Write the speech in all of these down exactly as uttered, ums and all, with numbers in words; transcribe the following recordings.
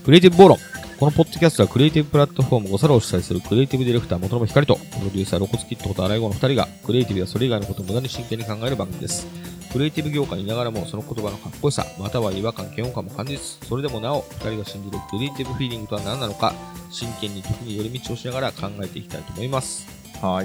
クリエイティブ暴論。このポッドキャストはクリエイティブプラットフォームゴサロを主催するクリエイティブディレクター元野光とプロデューサーロコツキットこと荒井郷のふたりがクリエイティブやそれ以外のことを無駄に真剣に考える番組です。クリエイティブ業界にいながらもその言葉のかっこよさまたは違和感嫌悪感も感じつつ、それでもなおふたりが信じるクリエイティブフィーリングとは何なのか真剣に時に寄り道をしながら考えていきたいと思います。 はい。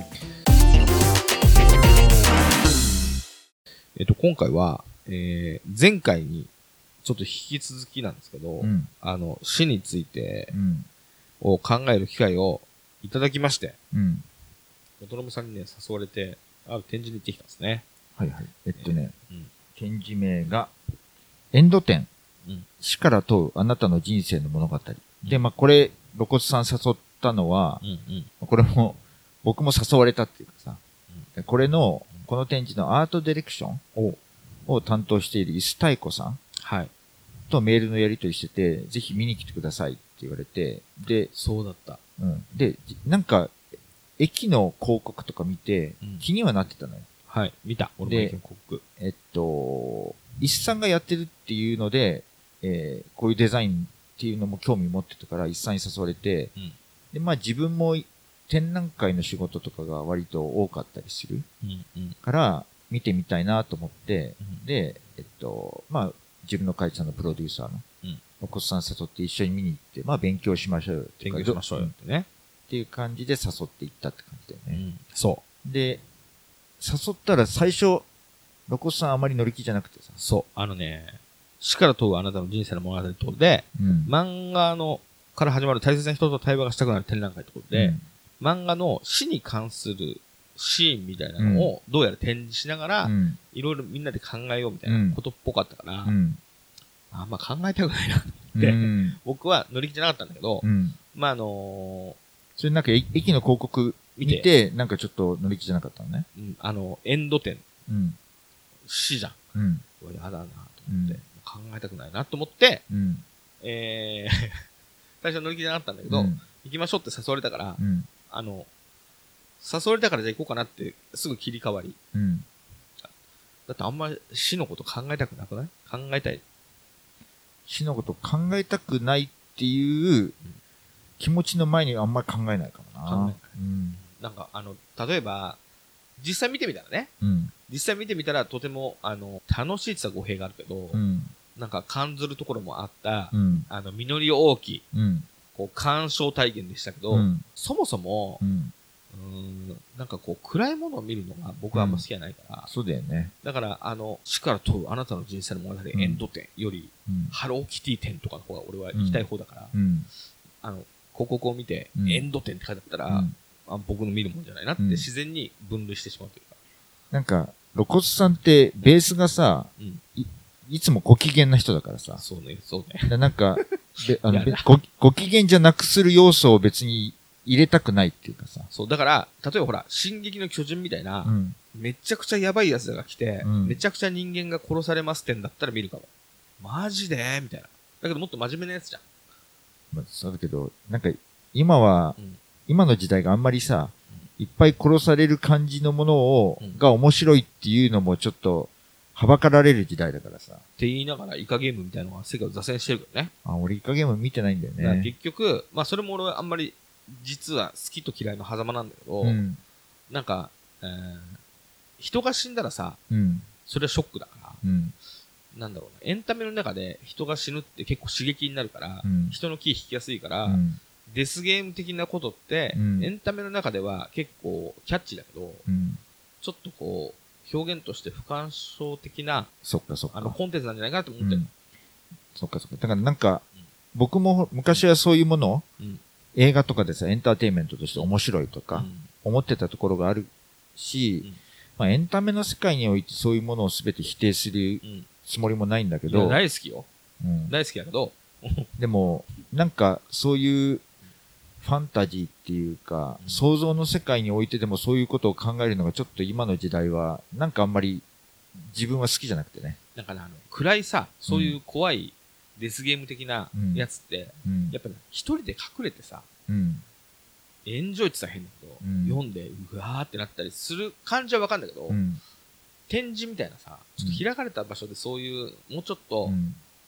えっと今回は、えー、前回にちょっと引き続きなんですけど、うん、あの死についてを考える機会をいただきまして、うん、元信さんにね誘われてある展示に行ってきたんですね。 はいはい。えっとね、えーうん、展示名がエンド展、うん、死から問うあなたの人生の物語、うん、でまあこれ露骨さん誘ったのは、うんうん、これも僕も誘われたっていうかさ、うん、これのこの展示のアートディレクションを、を担当している石太子さん、はい。とメールのやり取りしてて、ぜひ見に来てくださいって言われて、で、 そうだった。 うん。で、なんか、駅の広告とか見て、気にはなってたのよ。 うん、はい。見た。俺も駅の広告。 えっと、石さんがやってるっていうので、えー、こういうデザインっていうのも興味持ってたから、石さんに誘われて、うん、で、まあ自分も展覧会の仕事とかが割と多かったりする。うんうん、から、見てみたいなと思って、うん、で、えっと、まあ、自分の会社のプロデューサーの、うん、お子さん誘って一緒に見に行って、まあ勉強しましょうよって勉強しましょうよってね。 っていう感じで誘っていったって感じだよね。うん、 そう。 で、誘ったら最初、ロコさんあまり乗り気じゃなくてさ。 そう。あのね、死から問うあなたの人生の物語ってことで、うん、漫画の、から始まる大切な人と対話がしたくなる展覧会ってことで、うん、漫画の死に関するシーンみたいなのをどうやら展示しながら、いろいろみんなで考えようみたいなことっぽかったから、うん、あんま考えたくないなと思って、うん、僕は乗り気じゃなかったんだけど、うん、まああのー、 それなんか駅の広告見て、見てなんかちょっと乗り気じゃなかったのね。 うん、あの、エンド店、うん、死じゃん。うん、うわ、やだなと思って、うん、考えたくないなと思って、うん、えー、最初乗り気じゃなかったんだけど、うん、行きましょうって誘われたから、うん、あの、誘われたからじゃあ行こうかなってすぐ切り替わり。うん、だってあんまり死のこと考えたくなくない？考えたい。 死のこと考えたくないっていう気持ちの前にあんまり考えないかもな。考えない。うん、 なんかあの、例えば、実際見てみたらね、うん、実際見てみたらとてもあの楽しいって言ったら語弊があるけど、うん、なんか感ずるところもあった、うん、あの実り大きい、うん、こう鑑賞体験でしたけど、うん、そもそも、うんうーんなんかこう暗いものを見るのが僕はあんま好きじゃないから、 うん、そうだよね。 だからあの死から問うあなたの人生の物語、うん、エンド展より、うん、ハローキティ展とかの方が俺は行きたい方だから、うん、あの広告を見て、うん、エンド展って書いてあったら、うん、あ僕の見るもんじゃないなって自然に分類してしまうというか、 なんか露骨さんってベースがさ、うん、い, いつもご機嫌な人だからさ、 そうねそうねなんかあのご, ご機嫌じゃなくする要素を別に入れたくないっていうかさ。 そう、だから、例えばほら、進撃の巨人みたいな、うん、めちゃくちゃやばい奴らが来て、うん、めちゃくちゃ人間が殺されますってんだったら見るかも。マジでみたいな。だけどもっと真面目なやつじゃん。 まあ、そうだけど、なんか、今は、うん、今の時代があんまりさ、うん、いっぱい殺される感じのものを、うん、が面白いっていうのもちょっと、はばかられる時代だからさ。 って言いながらイカゲームみたいなのが世界を座戦してるけどね。 あ、俺イカゲーム見てないんだよね。 結局、まあそれも俺はあんまり、実は好きと嫌いの狭間なんだけど、うん、なんか、えー、人が死んだらさ、うん、それはショックだから、うん、なんだろうな、エンタメの中で人が死ぬって結構刺激になるから、うん、人の気引きやすいから、うん、デスゲーム的なことって、うん、エンタメの中では結構キャッチーだけど、うん、ちょっとこう、表現として不干渉的な、 そっかそっか、 あのコンテンツなんじゃないかなと思ってる、うん、 そっかそっか。だからなんか、うん、僕も昔はそういうもの、うん映画とかでさ、エンターテインメントとして面白いとか、思ってたところがあるし、うん、まあエンタメの世界においてそういうものを全て否定するつもりもないんだけど。 いや大好きよ。うん、大好きだけど。 でも、なんかそういうファンタジーっていうか、うん、想像の世界においてでもそういうことを考えるのがちょっと今の時代は、なんかあんまり自分は好きじゃなくてね。 なんかね、あの、暗いさ、そういう怖い、うんデスゲーム的なやつって、うん、やっぱり一人で隠れてさ、うん、エンジョイって言ったら変だけど、うん、読んでうわーってなったりする感じはわかんだけど、うん、展示みたいなさ、ちょっと開かれた場所でそういう、もうちょっと、うん、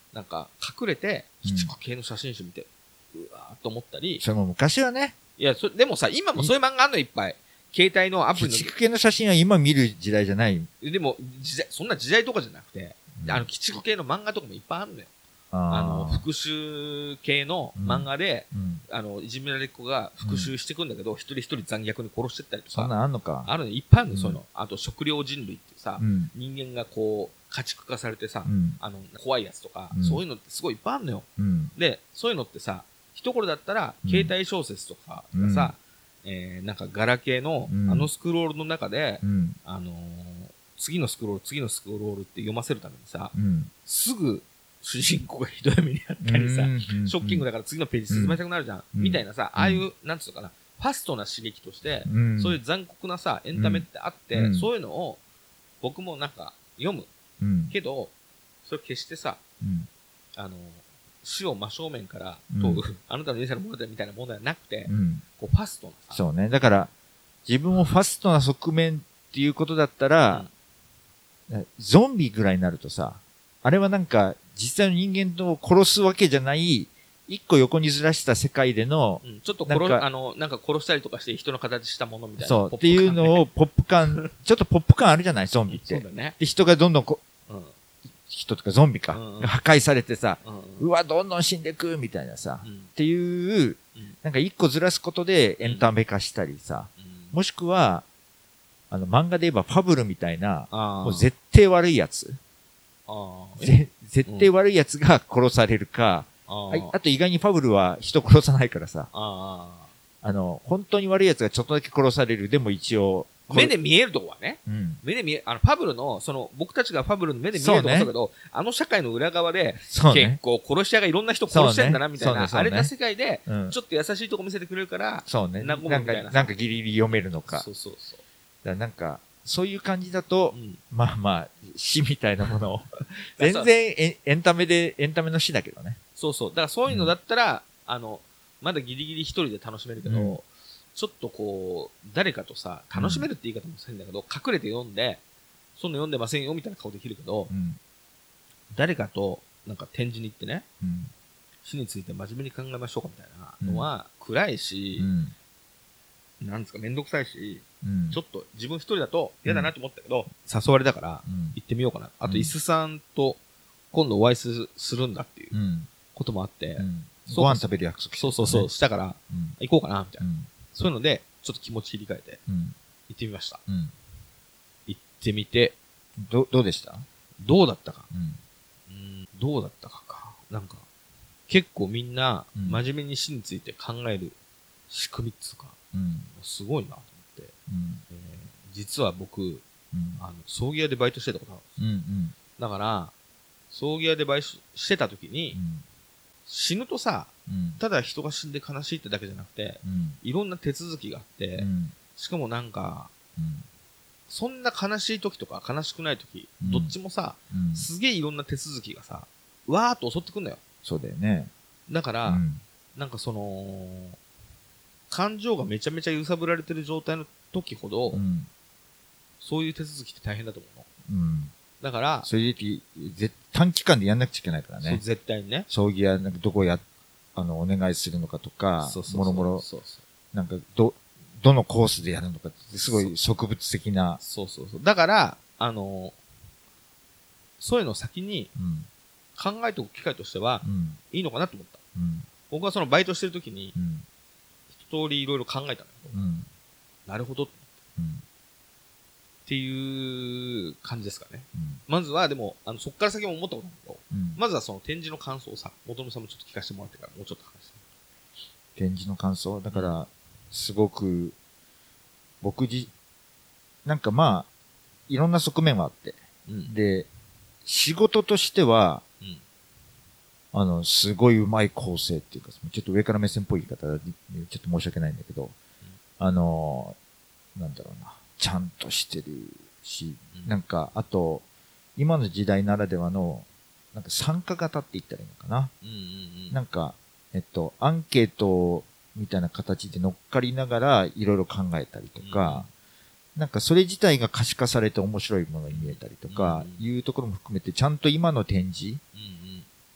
なんか隠れて、鬼畜系の写真集見て、うわーっと思ったり。 それも昔はね。 いや、そでもさ、今もそういう漫画あんのいっぱい。携帯のアプリの。 鬼畜系の写真は今見る時代じゃない。 でも、時代、そんな時代とかじゃなくて、うん、あの、鬼畜系の漫画とかもいっぱいあるのよ。あの、復讐系の漫画で、うん、あの、いじめられっ子が復讐していくんだけど、うん、一人一人残虐に殺してったりとか。 そんなんあんのか。 あるのいっぱいあるの、うん、そういうの。あと、食料人類ってさ、うん、人間がこう、家畜化されてさ、うん、あの、怖いやつとか、うん、そういうのってすごいいっぱいあるのよ。うん、で、そういうのってさ、一頃だったら、携帯小説とかがさ、うん、えー、なんかガラケーの、あのスクロールの中で、うん、あのー、次のスクロール、次のスクロールって読ませるためにさ、うん、すぐ、主人公がひどい目にあったりさ、ショッキングだから次のページ進めたくなるじゃん。みたいなさ、ああいう、なんつうのかな、ファストな刺激として、そういう残酷なさ、エンタメってあって、そういうのを僕もなんか読む。けど、それ決してさ、あの、死を真正面から問う、あなたの人生のものだみたいなものではなくて、こうファストなさ。 そうね。だから、自分をファストな側面っていうことだったら、ゾンビぐらいになるとさ、あれはなんか、実際の人間を殺すわけじゃない、一個横にずらした世界での、 うん、ちょっと殺、あの、なんか殺したりとかして人の形したものみたいな。 そう、っていうのをポップ感、ちょっとポップ感あるじゃない、ゾンビって。 そうだね。 で、人がどんどんこ、うん、人とかゾンビか、うんうん、破壊されてさ、うんうん、うわ、どんどん死んでく、みたいなさ、うん、っていう、うん、なんか一個ずらすことでエンタメ化したりさ、うん、もしくは、あの、漫画で言えばファブルみたいな、もう絶対悪いやつ。あぜ絶対悪い奴が殺されるか、うん、あ, あと意外にファブルは人殺さないからさ、あ, あの、本当に悪い奴がちょっとだけ殺される、でも一応。 目で見えるとこはね、うん、目で見え、あの、ファブルの、その、僕たちがファブルの目で見えるとこだけど、ね、あの社会の裏側で、ね、結構殺し屋がいろんな人殺してんだな、みたいな、ねね、荒れた世界で、うん、ちょっと優しいとこ見せてくれるから、 そうね。なんか、なんかギリギリ読めるのか。 そうそうそう。 だからなんか、そういう感じだと、うん、まあまあ、死みたいなものを。全然エ、エンタメで、エンタメの死だけどね。 そうそう。だからそういうのだったら、うん、あの、まだギリギリ一人で楽しめるけど、うん、ちょっとこう、誰かとさ、楽しめるって言い方も変だけど、うん、隠れて読んで、そんな読んでませんよみたいな顔できるけど、うん、誰かとなんか展示に行ってね、うん、死について真面目に考えましょうかみたいなのは、暗いし、うんなんですか、めんどくさいし、うん、ちょっと自分一人だと嫌だなと思ったけど、うん、誘われたから行ってみようかな。うん、あと、イスさんと今度お会いするするんだっていうこともあって、うん、 ご飯食べる約束、 ね、そうそうそう、したから、うん、行こうかな、みたいな、うん。そういうので、ちょっと気持ち切り替えて、行ってみました。うん、行ってみて、 ど、どうでした？ どうだったか。うん、うんどうだったかか。なんか、結構みんな、真面目に死について考える仕組みっつうか、うん、すごいなと思って、うんえー、実は僕、うん、あの葬儀屋でバイトしてたことあるんです、うんうん、だから葬儀屋でバイトしてた時に、うん、死ぬとさ、うん、ただ人が死んで悲しいってだけじゃなくて、うん、いろんな手続きがあって、うん、しかもなんか、うん、そんな悲しい時とか悲しくない時、うん、どっちもさ、うん、すげえいろんな手続きがさわーっと襲ってくんだよ。 そうだよね。 だから、うん、なんかその感情がめちゃめちゃ揺さぶられてる状態の時ほど、うん、そういう手続きって大変だと思うの。うん、だから、 そういう時、短期間でやんなくちゃいけないからね。そう、 絶対にね。 葬儀や、なんかどこや、あの、お願いするのかとか、もろもろ、なんか、ど、どのコースでやるのかって、すごい植物的な。 そうそうそう。だから、あの、そういうのを先に考えておく機会としては、うん、いいのかなと思った。うん、僕はそのバイトしてる時に、うん一通りいろいろ考えたんだけど、うん、なるほど、うん、っていう感じですかね。うん、まずはでもあのそこから先も思ったことなんだけど、うん、まずはその展示の感想をさ、元野さんもちょっと聞かせてもらってからもうちょっと話して。 展示の感想だからすごく僕じなんかまあいろんな側面はあって、うん、で仕事としては。うんあの、すごい上手い構成っていうか、ちょっと上から目線っぽい言い方で、ちょっと申し訳ないんだけど、うん、あの、なんだろうな、ちゃんとしてるし、うん、なんか、あと、今の時代ならではの、なんか参加型って言ったらいいのかな。うんうんうん、なんか、えっと、アンケートみたいな形で乗っかりながらいろいろ考えたりとか、うん、なんかそれ自体が可視化されて面白いものに見えたりとか、いうところも含めて、ちゃんと今の展示、うんうん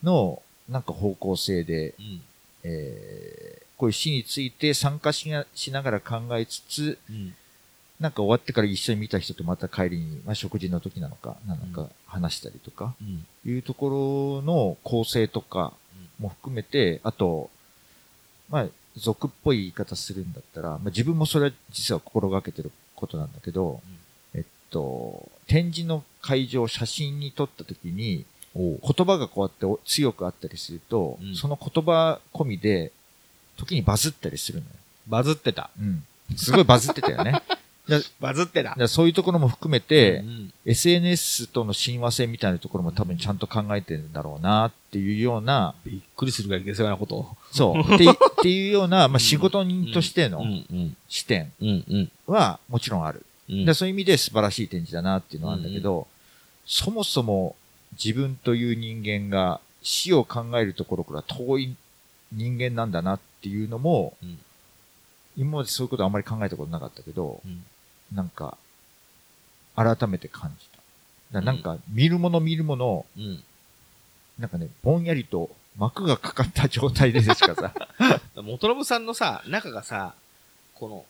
の、なんか方向性で、 うん、 えー、こういう死について参加しなしながら考えつつ、 うん、 なんか終わってから一緒に見た人とまた帰りに、まあ、食事の時なのか、なのか話したりとか、うん、いうところの構成とかも含めて、あと、まあ、俗っぽい言い方するんだったら、まあ、自分もそれは実は心がけてることなんだけど、うん、えっと、展示の会場を写真に撮った時に、言葉がこうやって強くあったりすると、うん、その言葉込みで、時にバズったりするのよ。 バズってた。 うん。すごいバズってたよね。 バズってた。 だそういうところも含めて、うんうん、エスエヌエス との親和性みたいなところも多分ちゃんと考えてるんだろうなっていうような。 びっくりするぐらい下世話なことを。 そう。って、っていうような、まあ、仕事人としての視点はもちろんある。うんうん、でそういう意味で素晴らしい展示だなっていうのはあるんだけど、うんうん、そもそも自分という人間が死を考えるところから遠い人間なんだなっていうのも、うん、今までそういうことあんまり考えたことなかったけど、うん、なんか、改めて感じた。だなんか、見るもの見るもの、うん、なんかね、ぼんやりと膜がかかった状態でしかさ。 元信さんのさ、中がさ、この、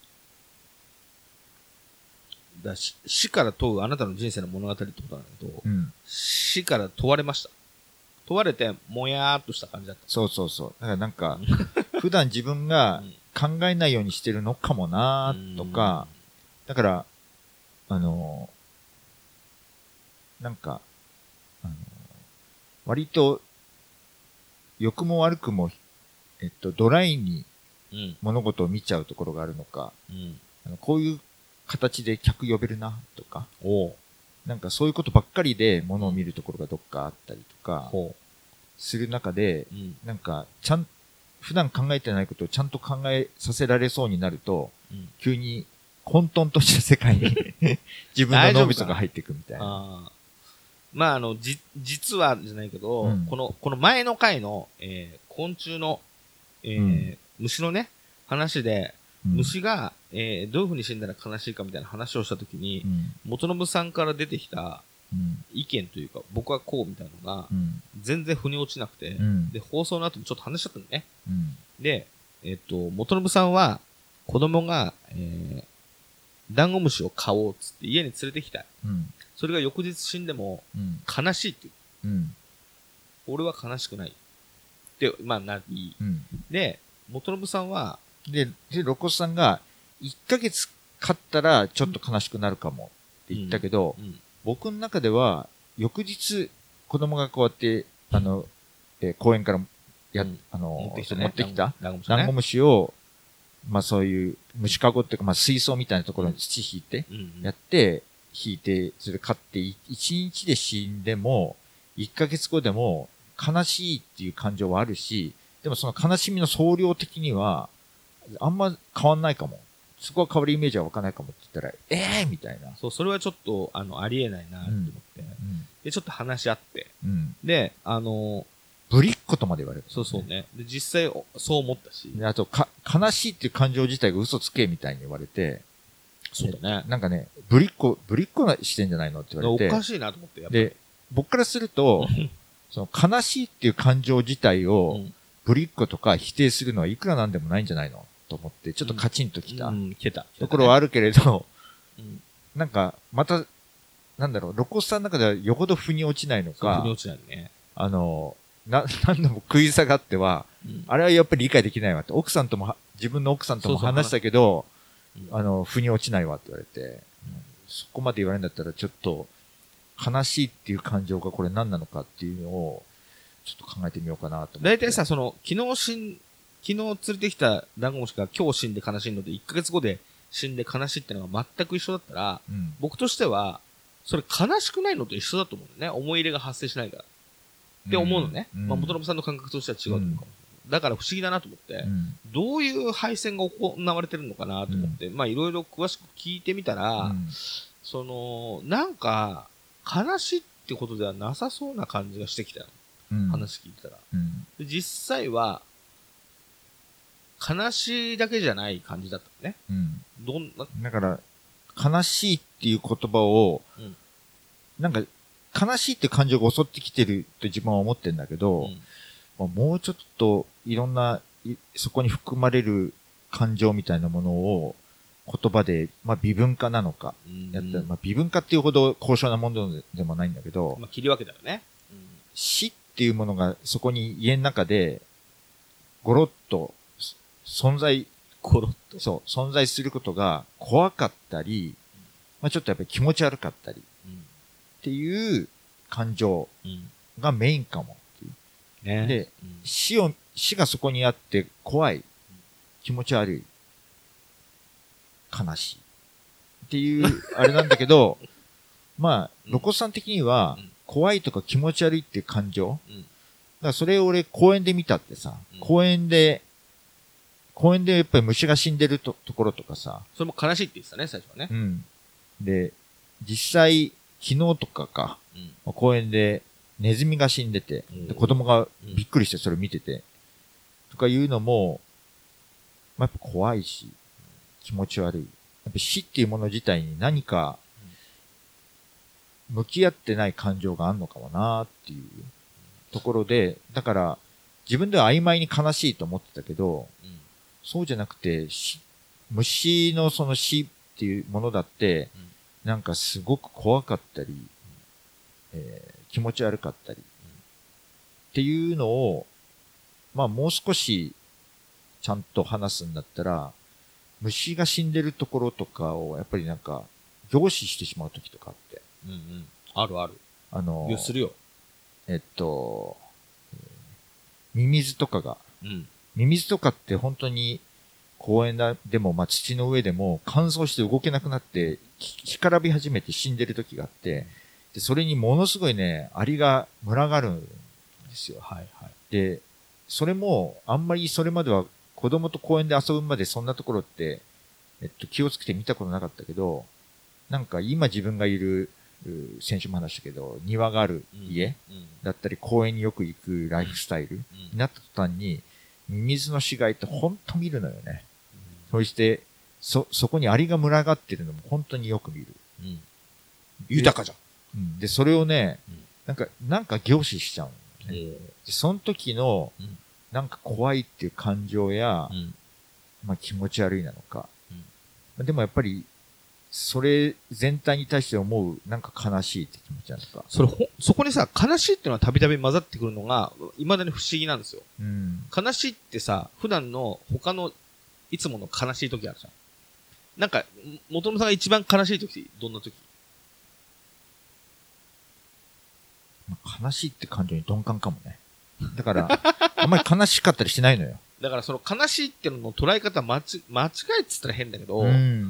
だ死から問うあなたの人生の物語ってことなんだけど、うん、死から問われました。問われて、もやーっとした感じだった。 そうそうそう。だからなんか、普段自分が考えないようにしてるのかもなーとか、だから、あのー、なんか、あのー、割と、良くも悪くも、えっと、ドライに物事を見ちゃうところがあるのか、うん、あのこういう形で客呼べるなとか、おなんかそういうことばっかりで物を見るところがどっかあったりとか、する中で、うん、なんか、ちゃん、普段考えてないことをちゃんと考えさせられそうになると、うん、急に混沌とした世界に自分の脳みそが入っていくみたいな。 あまあ、あの、じ、実はじゃないけど、うん、この、この前の回の、えー、昆虫の、えーうん、虫のね、話で、うん、虫が、えー、どういう風に死んだら悲しいかみたいな話をしたときに、うん、元信さんから出てきた意見というか、僕はこうみたいなのが、全然腑に落ちなくて、うん、で、放送の後にちょっと話しちゃったのね。うん、で、えっと、元信さんは、子供が、えー、ダンゴムシを飼おうっつって家に連れてきたい。うん、それが翌日死んでも、悲しいって言う、うん。俺は悲しくない。って、まあ、なり、うん、で、元信さんは、 で、で、露骨さんが、いっかげつ飼ったらちょっと悲しくなるかもって言ったけど、うんうん、僕の中では、翌日、子供がこうやって、あの、えー、公園からや、うん、あの、持ってきた、ね、持ってきたダンゴムシを、まあそういう虫かごっていうか、まあ水槽みたいなところに土引いて、やって、引いて、それ飼って、いちにちで死んでも、いっかげつごでも、悲しいっていう感情はあるし、でもその悲しみの総量的には、あんま変わんないかも。そこは変わるイメージは湧かないかもって言ったら、ええー、みたいな。 そう、それはちょっと、あの、ありえないなって思って、うんうん。で、ちょっと話し合って。うん、で、あの、 ぶりっ子とまで言われる、ね。 そうそうね。で、実際、そう思ったし。 で、あと、か、悲しいっていう感情自体が嘘つけみたいに言われて、 そうだね。 なんかね、ぶりっ子、ぶりっ子なしてんじゃないのって言われて。 おかしいなと思って、やっぱり。 で、僕からすると、その悲しいっていう感情自体を、ぶりっ子とか否定するのはいくらなんでもないんじゃないのと思って、ちょっとカチンときた、 うんうん、来たところはあるけれど、うん、なんか、また、なんだろう、露骨さんの中ではよほど腑に落ちないのか、 腑に落ちないね。 あの、な、何度も食い下がっては、うん、あれはやっぱり理解できないわって、奥さんとも、自分の奥さんとも話したけど、そうそうあの、腑に落ちないわって言われて、うん、そこまで言われるんだったらちょっと、悲しいっていう感情がこれ何なのかっていうのを、ちょっと考えてみようかなと思って。 大体さ、その、昨日死ん、昨日連れてきたダンゴムシが今日死んで悲しいので、いっかげつごで死んで悲しいってのが全く一緒だったら、うん、僕としては、それ悲しくないのと一緒だと思うんだよね。思い入れが発生しないから。って思うのね。うん、まあ、元信さんの感覚としては違うと思うかもしれない。うん、だから不思議だなと思って、うん、どういう配線が行われてるのかなと思って、うん、まあいろいろ詳しく聞いてみたら、うん、その、なんか、悲しいってことではなさそうな感じがしてきたの。うん、話聞いてたら、うん、で。実際は、悲しいだけじゃない感じだったね。うん、 どんなだから、悲しいっていう言葉を、うん、なんか、 悲しいって感情が襲ってきてると自分は思ってるんだけど、うん、まあ、もうちょっといろんな、そこに含まれる感情みたいなものを言葉で、まあ微分化なのか、やったら、まあ微分化っていうほど高尚なものでもないんだけど、 まあ切り分けたらね。 うん、死っていうものがそこに家の中で、ゴロッと存在、 ゴロッと。 そう、存在することが怖かったり、まあちょっとやっぱり気持ち悪かったり、っていう感情がメインかもっていう。ね、で、うん、死を、死がそこにあって怖い、気持ち悪い、悲しいっていうあれなんだけど、まあ、露骨さん的には怖いとか気持ち悪いっていう感情、うん、だからそれを俺公園で見たってさ、うん、公園で、公園でやっぱり虫が死んでるとところとかさ、 それも悲しいって言ってたね、最初はね。 うん。で、実際、昨日とかか、うん、公園でネズミが死んでて、うん、で子供がびっくりしてそれ見てて、うん、とかいうのも、まあ、やっぱ怖いし、気持ち悪い。やっぱ死っていうもの自体に何か、向き合ってない感情があんのかもなっていうところで、だから自分では曖昧に悲しいと思ってたけど、うん、そうじゃなくて、虫のその死っていうものだって、うん、なんかすごく怖かったり、うん、えー、気持ち悪かったり、うん、っていうのを、まあもう少しちゃんと話すんだったら、虫が死んでるところとかをやっぱりなんか凝視してしまう時とかあって。 うんうん。あるある。 あのー、 するよ。 えっと、ミミズとかが、 うん、 ミミズとかって本当に公園でも、まあ、土の上でも乾燥して動けなくなって、干からび始めて死んでる時があって、で、それにものすごいね、アリが群がるんですよ。 はいはい。 で、それも、あんまりそれまでは子供と公園で遊ぶまでそんなところって、えっと、気をつけて見たことなかったけど、なんか今自分がいる、先週も話したけど、庭がある家だったり公園によく行くライフスタイルになった途端に、ミミズの死骸ってほんと見るのよね。うん、そして、そ、そこにアリが群がってるのも本当によく見る。 うん、豊かじゃん。 うん。で、それをね、うん、なんか、なんか凝視しちゃうの、ね。で、その時の、なんか怖いっていう感情や、うん、まあ気持ち悪いなのか。うん、でもやっぱり、それ全体に対して思う、なんか悲しいって気持ちなのか。 それほ、そこにさ、悲しいっていうのはたびたび混ざってくるのが、未だに不思議なんですよ。 うん、 悲しいってさ、普段の他の、いつもの悲しい時あるじゃん。なんか、元々さんが一番悲しい時ってどんな時？ 悲しいって感情に鈍感かもね。だから、あんまり悲しかったりしないのよ。 だからその悲しいっていうのの捉え方間ち間違いって言ったら変だけど、 うん、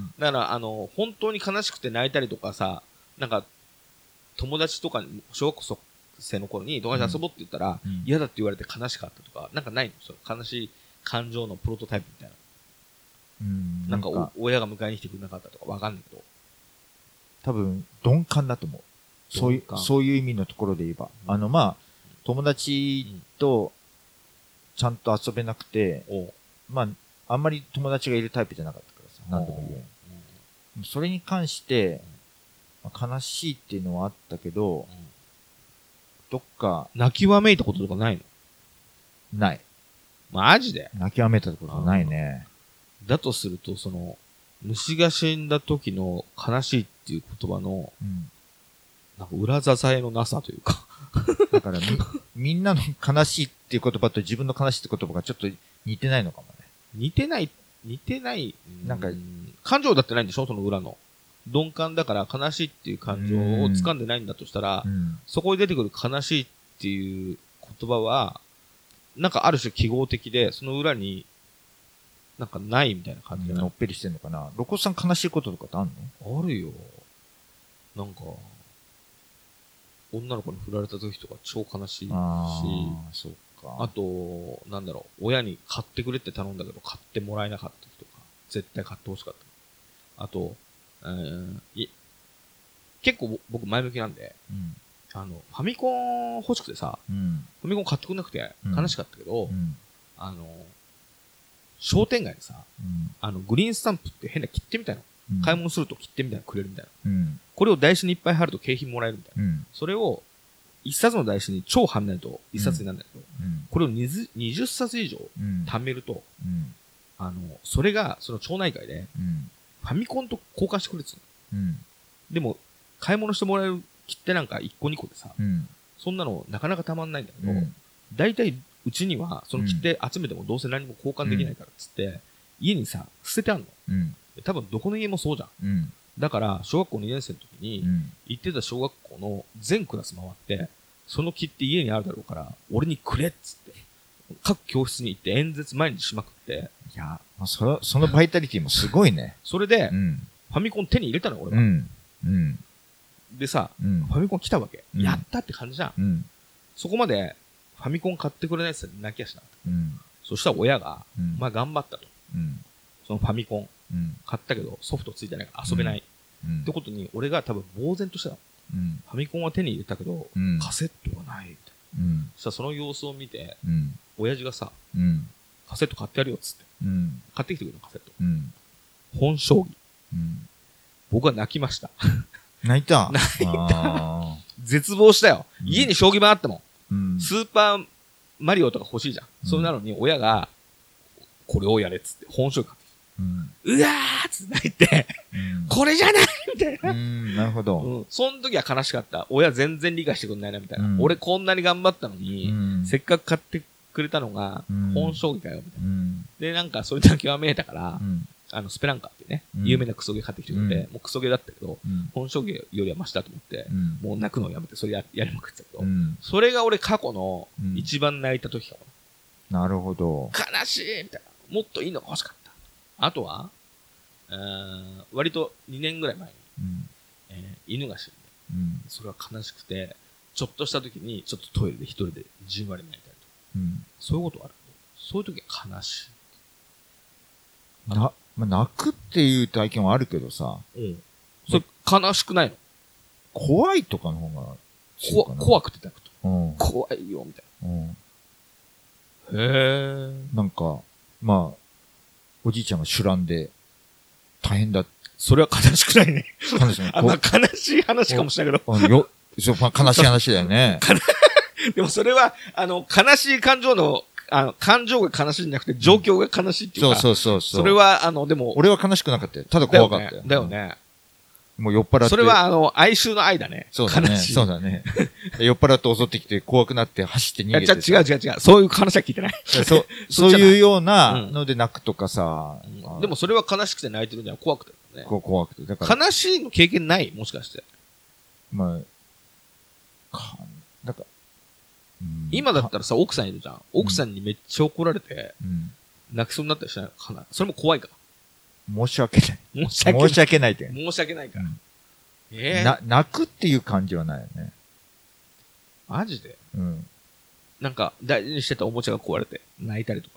だからあの、本当に悲しくて泣いたりとかさ、なんか、友達とか、小学生の頃に友達遊ぼうって言ったら、うん、嫌だって言われて悲しかったとか、なんかないの？その悲しい感情のプロトタイプみたいな。 うん、 なんかお親が迎えに来てくれなかったとかわかんないけど。 多分、鈍感だと思う。そういう、そういう意味のところで言えば。うん、あの、まあ、友達とちゃんと遊べなくて、 うん、 まあ、あんまり友達がいるタイプじゃなかったからさ、なんとも言えん。それに関して、まあ、悲しいっていうのはあったけど、うん、どっか。 泣きわめいたこととかないの？ ない。 マジで？ 泣きわめいたことないね。 だとすると、その、虫が死んだ時の悲しいっていう言葉の、 うん、 なんか裏支えのなさというかだからみ、みんなの悲しいっていう言葉と自分の悲しいって言葉がちょっと似てないのかもね。 似てない、似てない、 なんか、 感情だってないんでしょ？その裏の。鈍感だから悲しいっていう感情を掴んでないんだとしたら、そこに出てくる悲しいっていう言葉は、なんかある種記号的で、その裏に、なんかないみたいな感じで、 うん、のっぺりしてんのかな。露骨さん悲しいこととかってあんの？あるよ。なんか、女の子に振られた時とか超悲しいし、 あ, そうかあと、なんだろう、親に買ってくれって頼んだけど買ってもらえなかった時とか、絶対買ってほしかった。あと、えー、い結構僕前向きなんで、 うん、 あの、ファミコン欲しくてさ、 うん、 ファミコン買ってくれなくて悲しかったけど、 うん、 あの、商店街でさ、 うん、 あの、グリーンスタンプって変な切手みたいなうん、 買い物すると切手みたいなのくれるみたいな。 うん、 これを台紙にいっぱい貼ると景品もらえるみたいな。 うん、 それを、一冊の台紙に超貼んないと一冊になるんだけど、 うん、 これをにじゅっさつ以上貯めると、 うん、 あの、それが、その町内会で、 うん、 ファミコンと交換してくれるんですよ。 うん、 でも、買い物してもらえる切手なんかいっこにこでさ、 うん、 そんなのなかなかたまんないんだけど、 うん、 大体うちにはその切手集めてもどうせ何も交換できないからっつって、うん、家にさ、捨ててあんの。 うん、 多分どこの家もそうじゃん。 うん、 だから、小学校にねん生の時に、行ってた小学校の全クラス回って、その切手家にあるだろうから、俺にくれっつって、各教室に行って演説毎日しまくって、 いや、その、そのバイタリティもすごいね。 それで、 うん、 ファミコン手に入れたの、俺は。 うんうん、 でさ、 うん、 ファミコン来たわけ。 うん、 やったって感じじゃん。 うん、 そこまで、ファミコン買ってくれないやつ泣きやしな。 うん、 そしたら親が、 うん、 まあ頑張ったと。 うん、 そのファミコン、 うん、 買ったけどソフトついてないから遊べない。 うん、 ってことに、俺が多分呆然としたの。 うん、 ファミコンは手に入れたけど、 うん、 カセットがないみたいな。 うん、 そしたらその様子を見て、 うん、 親父がさ、 うん、 カセット買ってやるよっつって。 うん、 買ってきてくれたカセット。 うん、 本将棋。 うん、 僕は泣きました。 泣いた泣いたあ。 絶望したよ。 うん、 家に将棋盤あったもん。 うん、 スーパーマリオとか欲しいじゃん。 うん、 それなのに親が、これをやれっつって本将棋買ってきて。 うん、 うわーっつって泣いて、うん、これじゃないみたいな。 うん、なるほど。 うん。その時は悲しかった。親全然理解してくんないなみたいな。 うん、 俺こんなに頑張ったのに、 うん、 せっかく買ってくれたのが、本将棋かよ、みたいな。 うん、 で、なんかそれだけは見えたから、 うん、 あの、スペランカーってね、 うん、 有名なクソゲー買ってきてくれて、 うん、 もうクソゲーだったけど、 うん、 本将棋よりはマシだと思って、うん、もう泣くのをやめて、それややりまくってたけど、うん、それが俺過去の一番泣いた時かも。 うん、なるほど。 悲しいみたいな。もっといいのが欲しかった。あとは、うーん割とにねんぐらい前に、うんえー、犬が死んで、うん、それは悲しくて、ちょっとした時にちょっとトイレで一人でじんわり泣いたりとか、うん、そういうことはあるけど、そういう時は悲しい。 な、まあ、泣くっていう体験はあるけどさ、 うん。それ悲しくないの？ 怖いとかの方がこ怖くて泣くと、 うん。 怖いよ、みたいな。うん、へえ。なんか、まあ、おじいちゃんが酒乱で大変だ。 それは悲しくないね。 悲しい。 あ、まあ、悲しい話かもしれないけど。 よ、そう、まあ、悲しい話だよね。 でもそれは、あの、悲しい感情の、あの、感情が悲しいんじゃなくて、状況が悲しいっていうか。 そうそうそう。 それは、あの、でも。 俺は悲しくなかったよ。ただ怖かったよ。 だよね。 もう酔っ払って。 それは、あの、哀愁の愛だね。 そうだね。そうだね。酔っ払って襲ってきて怖くなって走って逃げて。 いや、違う違う違う。そういう話は聞いてない。 そう、そういうようなので泣くとかさ。 でもそれは悲しくて泣いてるんじゃん。怖くてね。 怖くて。だから。 悲しいの経験ないもしかして。 まあ、か、だから。 今だったらさ、奥さんいるじゃん。奥さんにめっちゃ怒られて、泣きそうになったりしないのかな。それも怖いか。 申し訳ない。 申し訳ない。 申し訳ないって。 申し訳ないから。 ええ。な、泣くっていう感じはないよね。 マジで？ うん。 なんか、大事にしてたおもちゃが壊れて、泣いたりとか。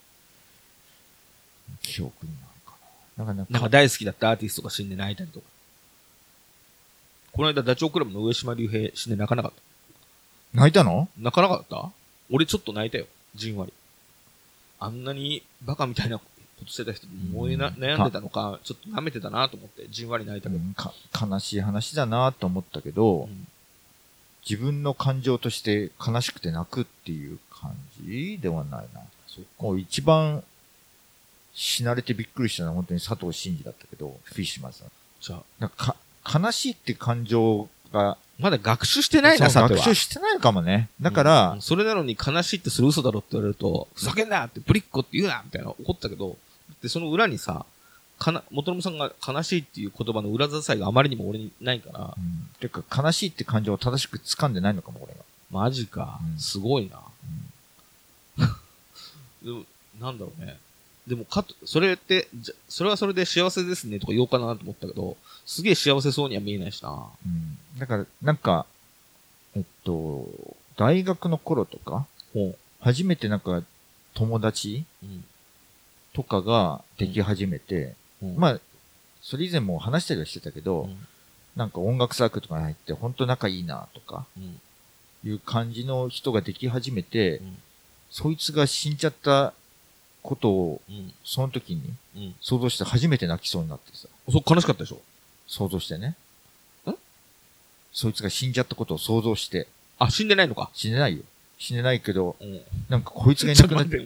記憶になるかな。なんか、 なんか大好きだったアーティストが死んで泣いたりとか。この間、ダチョウ倶楽部の上島竜兵死んで泣かなかった。 泣いたの？ 泣かなかった？俺ちょっと泣いたよ。じんわり。あんなにバカみたいなことしてた人もえな、悩んでたのか、ちょっと舐めてたなと思って、じんわり泣いたけど。 うん、か悲しい話だなと思ったけど、うん、自分の感情として悲しくて泣くっていう感じではないな。もう一番死なれてびっくりしたのは本当に佐藤真二だったけど、フィッシュマンさん。 じゃあなんかか悲しいって感情が、 まだ学習してないな、さては。 学習してないかもね。だから、 うん、それなのに悲しいってそれ嘘だろって言われると、ふざけんなってブリッコって言うなみたいな怒ったけど、で、その裏にさ、かな、元信さんが悲しいっていう言葉の裏支えがあまりにも俺にないから。うん。 てか、悲しいって感情を正しく掴んでないのかも、俺が。 マジか。うん、すごいな。うん、でも、なんだろうね。でも、かと、それって、じゃ、それはそれで幸せですねとか言おうかなと思ったけど、すげえ幸せそうには見えないしな。 うん。だから、なんか、えっと、大学の頃とか、初めてなんか、友達、うんとかができ始めて、うんうん、まあ、それ以前も話したりはしてたけど、うん、なんか音楽サークルとかに入って本当仲いいなとか、いう感じの人ができ始めて、うん、そいつが死んじゃったことを、うん、その時に想像して初めて泣きそうになってさ。 そ、悲しかったでしょ？ 想像してね。ん？そいつが死んじゃったことを想像して。 あ、死んでないのか？ 死んでないよ。死んでないけど、うん、なんかこいつがいなくなって、うん、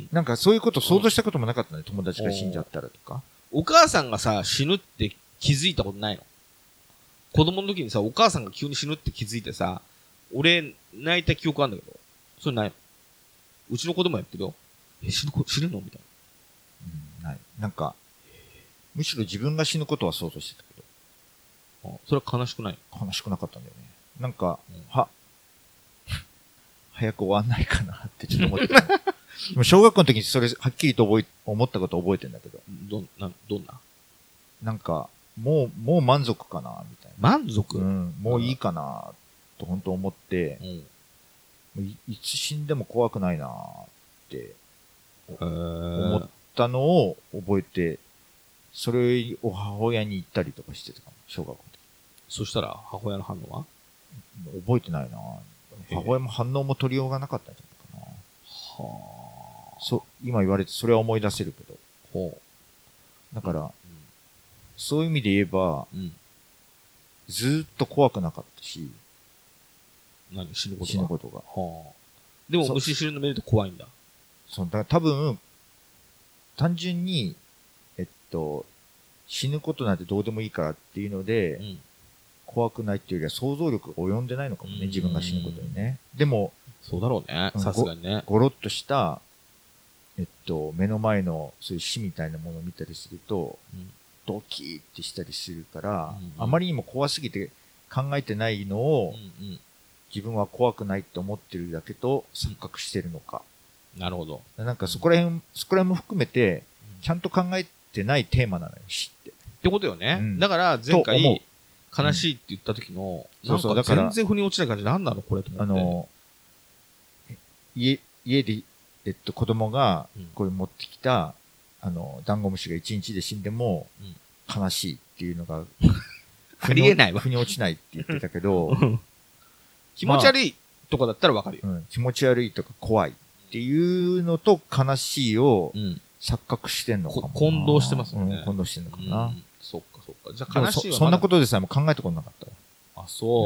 なんかそういうこと想像したこともなかったね。友達が死んじゃったらとか。 お母さんがさ、死ぬって気づいたことないの？子供の時にさ、お母さんが急に死ぬって気づいてさ、俺、泣いた記憶あるんだけど、それないの？うちの子供やってるよ。え、死ぬ、死ぬのみたいな。うん、ない。なんか、むしろ自分が死ぬことは想像してたけど。あ、それは悲しくない？ 悲しくなかったんだよね。なんか、うん、は、早く終わんないかなってちょっと思ってた。でも小学校の時にそれはっきりと覚え、思ったこと覚えてんだけど。 ど、な、どんな？ なんか、もう、もう満足かなみたいな。 満足？ うん、もういいかなと本当思って、うん、い, いつ死んでも怖くないなって思ったのを覚えて、それを母親に言ったりとかしてたかも、小学校の時。 そしたら母親の反応は？ 覚えてないな。母親も反応も取りようがなかったんじゃないかな。はあ。そう、今言われてそれは思い出せるけど。ほう。だから、うん、そういう意味で言えば、うん、ずーっと怖くなかったし。 何？死ぬことが？ 死ぬことが。 はあ。でも虫死ぬの見ると怖いんだ。 そう、だから多分、単純に、えっと、死ぬことなんてどうでもいいからっていうので、うん、怖くないっていうよりは想像力が及んでないのかもね、自分が死ぬことにね。でも、 そうだろうね、さすがにね。 ごろっとした、えっと、目の前のそういう死みたいなものを見たりすると、うん、ドキーってしたりするから、うんうん、あまりにも怖すぎて考えてないのを、うんうん、自分は怖くないって思ってるだけと錯覚してるのか。 なるほど。 なんかそこら辺、そこら辺も含めて、ちゃんと考えてないテーマなのよ、死って。 ってことよね。うん、だから前回、悲しいって言った時の、うん、なんか全然腑に落ちない感じなんなのこれと思って。あの、 家、家で、えっと、子供が、これ持ってきた、うん、あの、ダンゴムシが一日で死んでも、悲しいっていうのが、 ありえないわ。 腑に落ちないって言ってたけど、 気持ち悪いとかだったらわかるよ、 まあうん。気持ち悪いとか怖いっていうのと悲しいを錯覚してんのかもな。 混同してますよね。 うん、混同してんのかもな。うん、 そっかそっか。じゃあ悲しいはそ, そんなことでさえも考えたことなかったわ。あ、そう。うん、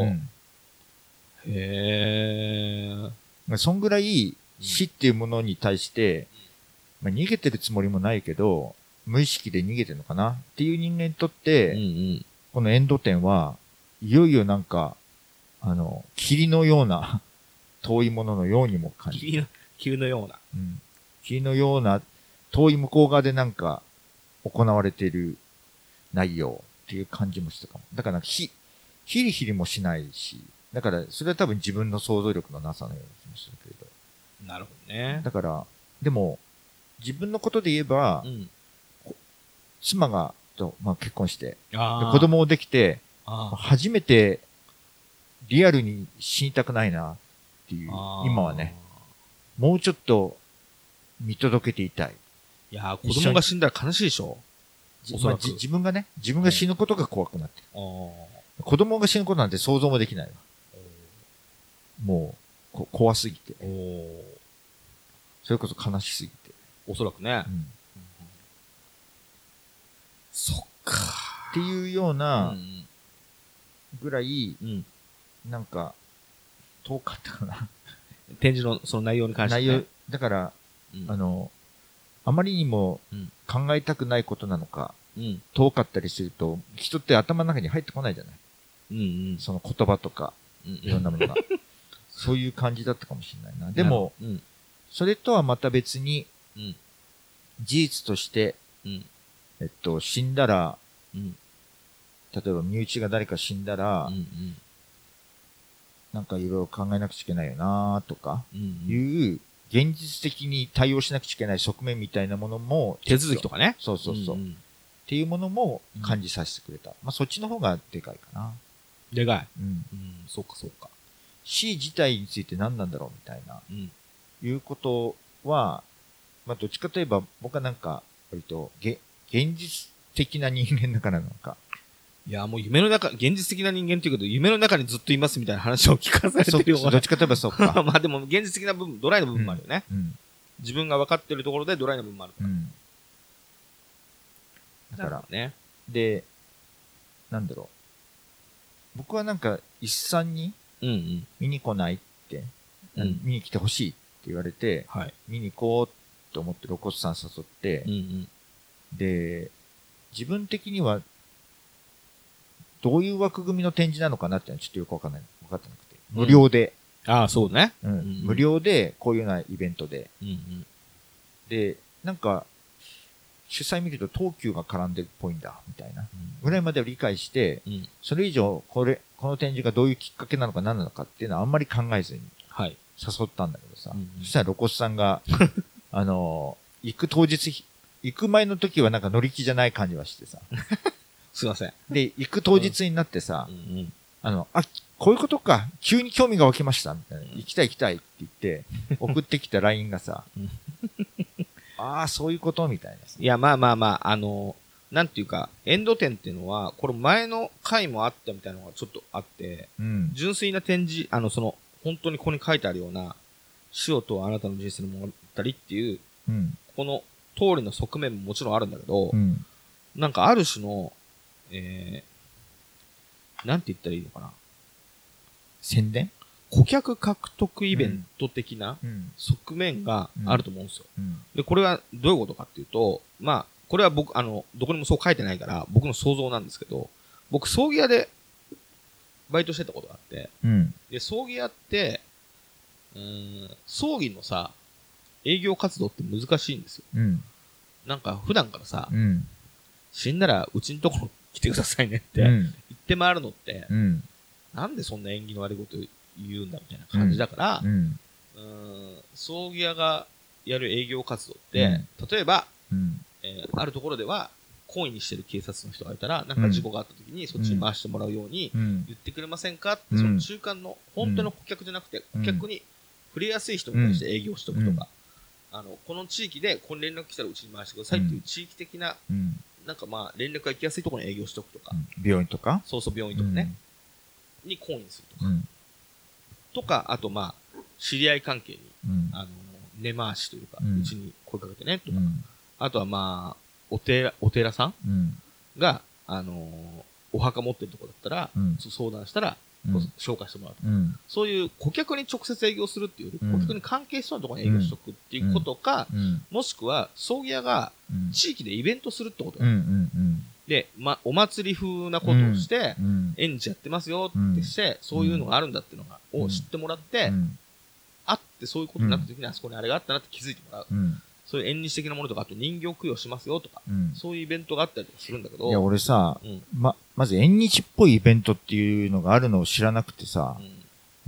へえ。そんぐらい死っていうものに対して、まあ、逃げてるつもりもないけど、無意識で逃げてるのかなっていう人間にとって、うんうん、このエンド点はいよいよなんか、あの、霧のような遠いもののようにも感じる。 霧の、霧のような。 うん。霧のような遠い向こう側でなんか行われている内容っていう感じもしたかも。だからひ、ヒリヒリもしないし、だからそれは多分自分の想像力のなさのような気もするけれど。 なるほどね。 だから、でも、自分のことで言えば、うん、妻がと、まあ、結婚して、で子供をできて、初めてリアルに死にたくないなっていう、今はね、もうちょっと見届けていたい。 いやー、子供が死んだら悲しいでしょ。 おそらく、まあ、自分がね、自分が死ぬことが怖くなってる。うん、子供が死ぬことなんて想像もできないわ。もうこ、怖すぎて。それこそ悲しすぎて。 おそらくね。うん、そっか。 っていうような、ぐらい、うん、なんか、遠かったかな。 展示のその内容に関して、ね。内容、 だから、うん、あの、あまりにも考えたくないことなのか、うん、遠かったりすると、人って頭の中に入ってこないじゃない。うんうん、その言葉とか、うん、いろんなものが。そういう感じだったかもしれないな。でも、うん、それとはまた別に、うん、事実として、うん、えっと、死んだら、うん、例えば身内が誰か死んだら、うんうん、なんかいろいろ考えなくちゃいけないよなとか、いう、現実的に対応しなくちゃいけない側面みたいなものも、 手続きとかね。 そうそうそう。うんうん、っていうものも感じさせてくれた。うん、まあそっちの方がでかいかな。 でかい。うん。うん、そうかそうか。 死自体について何なんだろうみたいな、うん、いうことは、まあどっちかといえば僕はなんか、割とげ、現実的な人間だからなのか。 いや、もう夢の中、現実的な人間っていうけど、夢の中にずっといますみたいな話を聞かされてるような。 どっちかといえばそうか。 まあでも現実的な部分、ドライの部分もあるよね。うん。 自分が分かってるところでドライな部分もあるから。うん、 だから、ね、で、なんだろう。僕はなんか、一さんに見に来ないって、うんうん、見に来てほしいって言われて、はい、見に行こうと思って露骨さん誘って、うんうん、で、自分的には、どういう枠組みの展示なのかなってのはちょっとよくわかんない。分かってなくて。無料で。 うん、ああ、そうね、 うんうんうん。無料で、こういうようなイベントで。うんうん、で、なんか、主催見ると東急が絡んでるっぽいんだ、みたいな。ぐらいまでを理解して、うん、それ以上、これ、この展示がどういうきっかけなのか何なのかっていうのはあんまり考えずに、誘ったんだけどさ。はい、そしたら露骨さんが、あの、行く当日、行く前の時はなんか乗り気じゃない感じはしてさ。 すいません。 で、行く当日になってさ、うんうん、あの、あ、こういうことか、急に興味が湧きました、みたいな。行きたい行きたいって言って、送ってきた ライン がさ、ああ、そういうことみたいな。 いや、まあまあまあ、あの、なんていうか、エンド展っていうのは、これ前の回もあったみたいなのがちょっとあって、うん、純粋な展示、あの、その、本当にここに書いてあるような、塩とあなたの人生の物語っていう、うん、この通りの側面ももちろんあるんだけど、うん、なんかある種の、えー、なんて言ったらいいのかな。 宣伝？ 顧客獲得イベント的な側面があると思うんですよ。うんうん、で、これはどういうことかっていうと、まあ、これは僕、あの、どこにもそう書いてないから、僕の想像なんですけど、僕、葬儀屋でバイトしてたことがあって、うん、で、葬儀屋って、うーん、葬儀のさ、営業活動って難しいんですよ。うん、なんか、普段からさ、うん、死んだらうちのところ来てくださいねって言って回るのって、うん、なんでそんな縁起の悪いこと言うんだみたいな感じだから、うん、うーん葬儀屋がやる営業活動って、うん、例えば、うんえー、あるところでは懇意にしてる警察の人がいたら、なんか事故があった時にそっちに回してもらうように言ってくれませんかって、うん、その中間の本当の顧客じゃなくて、顧客に触れやすい人に対して営業しておくとか、うん、あのこの地域でこの連絡来たらうちに回してくださいっていう地域的な、うん、なんかまあ連絡が行きやすいところに営業しておくとか、 うん、病院とかそうそう病院とかね、うん、に懇意するとか、うん、とかあとまあ知り合い関係に、うん、あの根回しというか、うち、ん、に声かけてねとか、うん、あとはまあお寺お寺さん、うん、があのー、お墓持ってるところだったら、うん、相談したら、うん、紹介してもらうとか、うん、そういう顧客に直接営業するっていうより、うん、顧客に関係しそうなところに営業しておくっていうことか、うん、もしくは葬儀屋が地域でイベントするってことだ、うんうんうん、で、ま、お祭り風なことをして、うん、演じやってますよってして、うん、そういうのがあるんだっていうのが、うん、を知ってもらって、うん、あってそういうことになった時に、あそこにあれがあったなって気づいてもらう。うん、そういう縁日的なものとか、あと人形供養しますよとか、うん、そういうイベントがあったりとかするんだけど。 いや、俺さ、うん、ま、まず縁日っぽいイベントっていうのがあるのを知らなくてさ、うん、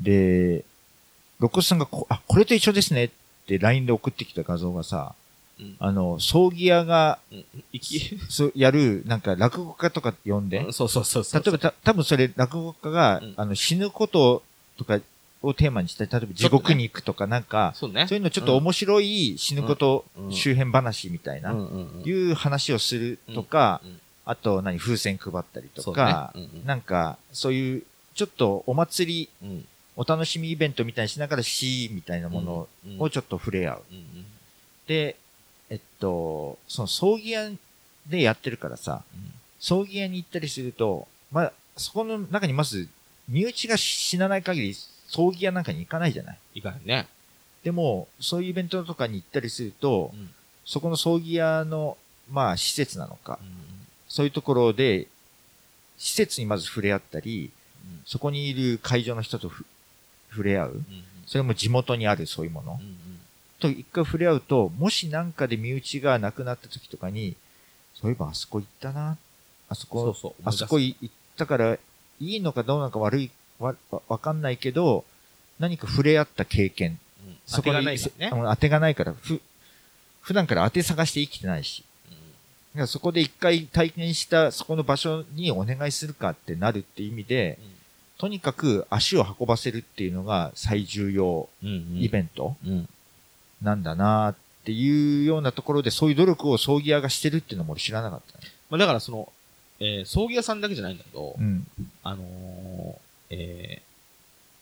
で、露骨さんがこ、あ、これと一緒ですねって ライン で送ってきた画像がさ、うん、あの、葬儀屋が、うん、そうやる、なんか落語家とか呼んで、うん、 そうそうそうそう。 例えばた、多分それ落語家が、うん、あの、死ぬこととか、をテーマにして、例えば地獄に行くとかなんか、そうね、そういうのちょっと面白い死ぬこと周辺話みたいな、いう話をするとか、あと何、風船配ったりとか、なんか、そういう、ちょっとお祭り、お楽しみイベントみたいにしながら死みたいなものをちょっと触れ合う。で、えっと、その葬儀屋でやってるからさ、葬儀屋に行ったりすると、まあ、そこの中にまず、身内が死なない限り、葬儀屋なんかに行かないじゃない。 行かないね。 でも、そういうイベントとかに行ったりすると、うん、そこの葬儀屋の、まあ、施設なのか、うん、そういうところで、施設にまず触れ合ったり、うん、そこにいる会場の人と触れ合う、うん、それも地元にあるそういうもの、うんうん、と一回触れ合うと、もしなんかで身内が亡くなった時とかに、そういえばあそこ行ったな、あそこ、そうそうあそこ行ったから、いいのかどうなのか悪いわ、わかんないけど、何か触れ合った経験。 うん、そこに当てがないからね。 当てがないから、ふ、普段から当て探して生きてないし。うん、だからそこで一回体験したそこの場所にお願いするかってなるっていう意味で、うん、とにかく足を運ばせるっていうのが最重要イベントなんだなっていうようなところで、そういう努力を葬儀屋がしてるっていうのも俺知らなかった、ね。 まあだからその、えー、葬儀屋さんだけじゃないんだけど、うん、あのー、え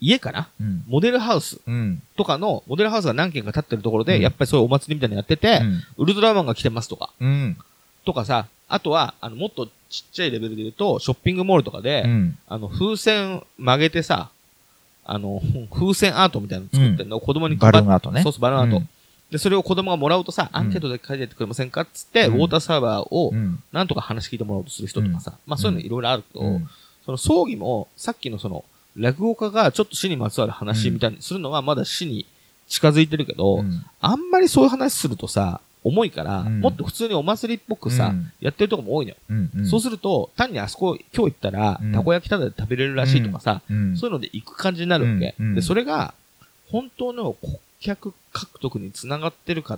家かな、うん、モデルハウスとかの、モデルハウスが何軒か建ってるところで、うん、やっぱりそういうお祭りみたいなのやってて、うん、ウルトラマンが来てますとか、うん、とかさ、あとは、あの、もっとちっちゃいレベルで言うと、ショッピングモールとかで、うん、あの、風船曲げてさ、あの、風船アートみたいなの作ってるのを子供に配って、バルーンアートね。 そうそう、バルーンアート。うん、で、それを子供がもらうとさ、アンケートで書いてってくれませんかっつって、うん、ウォーターサーバーを、なんとか話聞いてもらおうとする人とかさ、うん、まあそういうのいろいろあるけど、うん、その葬儀も、さっきのその、落語家がちょっと死にまつわる話みたいにするのはまだ死に近づいてるけど、うん、あんまりそういう話するとさ、重いから、うん、もっと普通にお祭りっぽくさ、うん、やってるとこも多いのよ、うんうん。そうすると、単にあそこ今日行ったら、たこ焼きただで食べれるらしいとかさ、うん、そういうので行く感じになるわけ。うんうん、で、それが、本当の顧客獲得につながってるかって、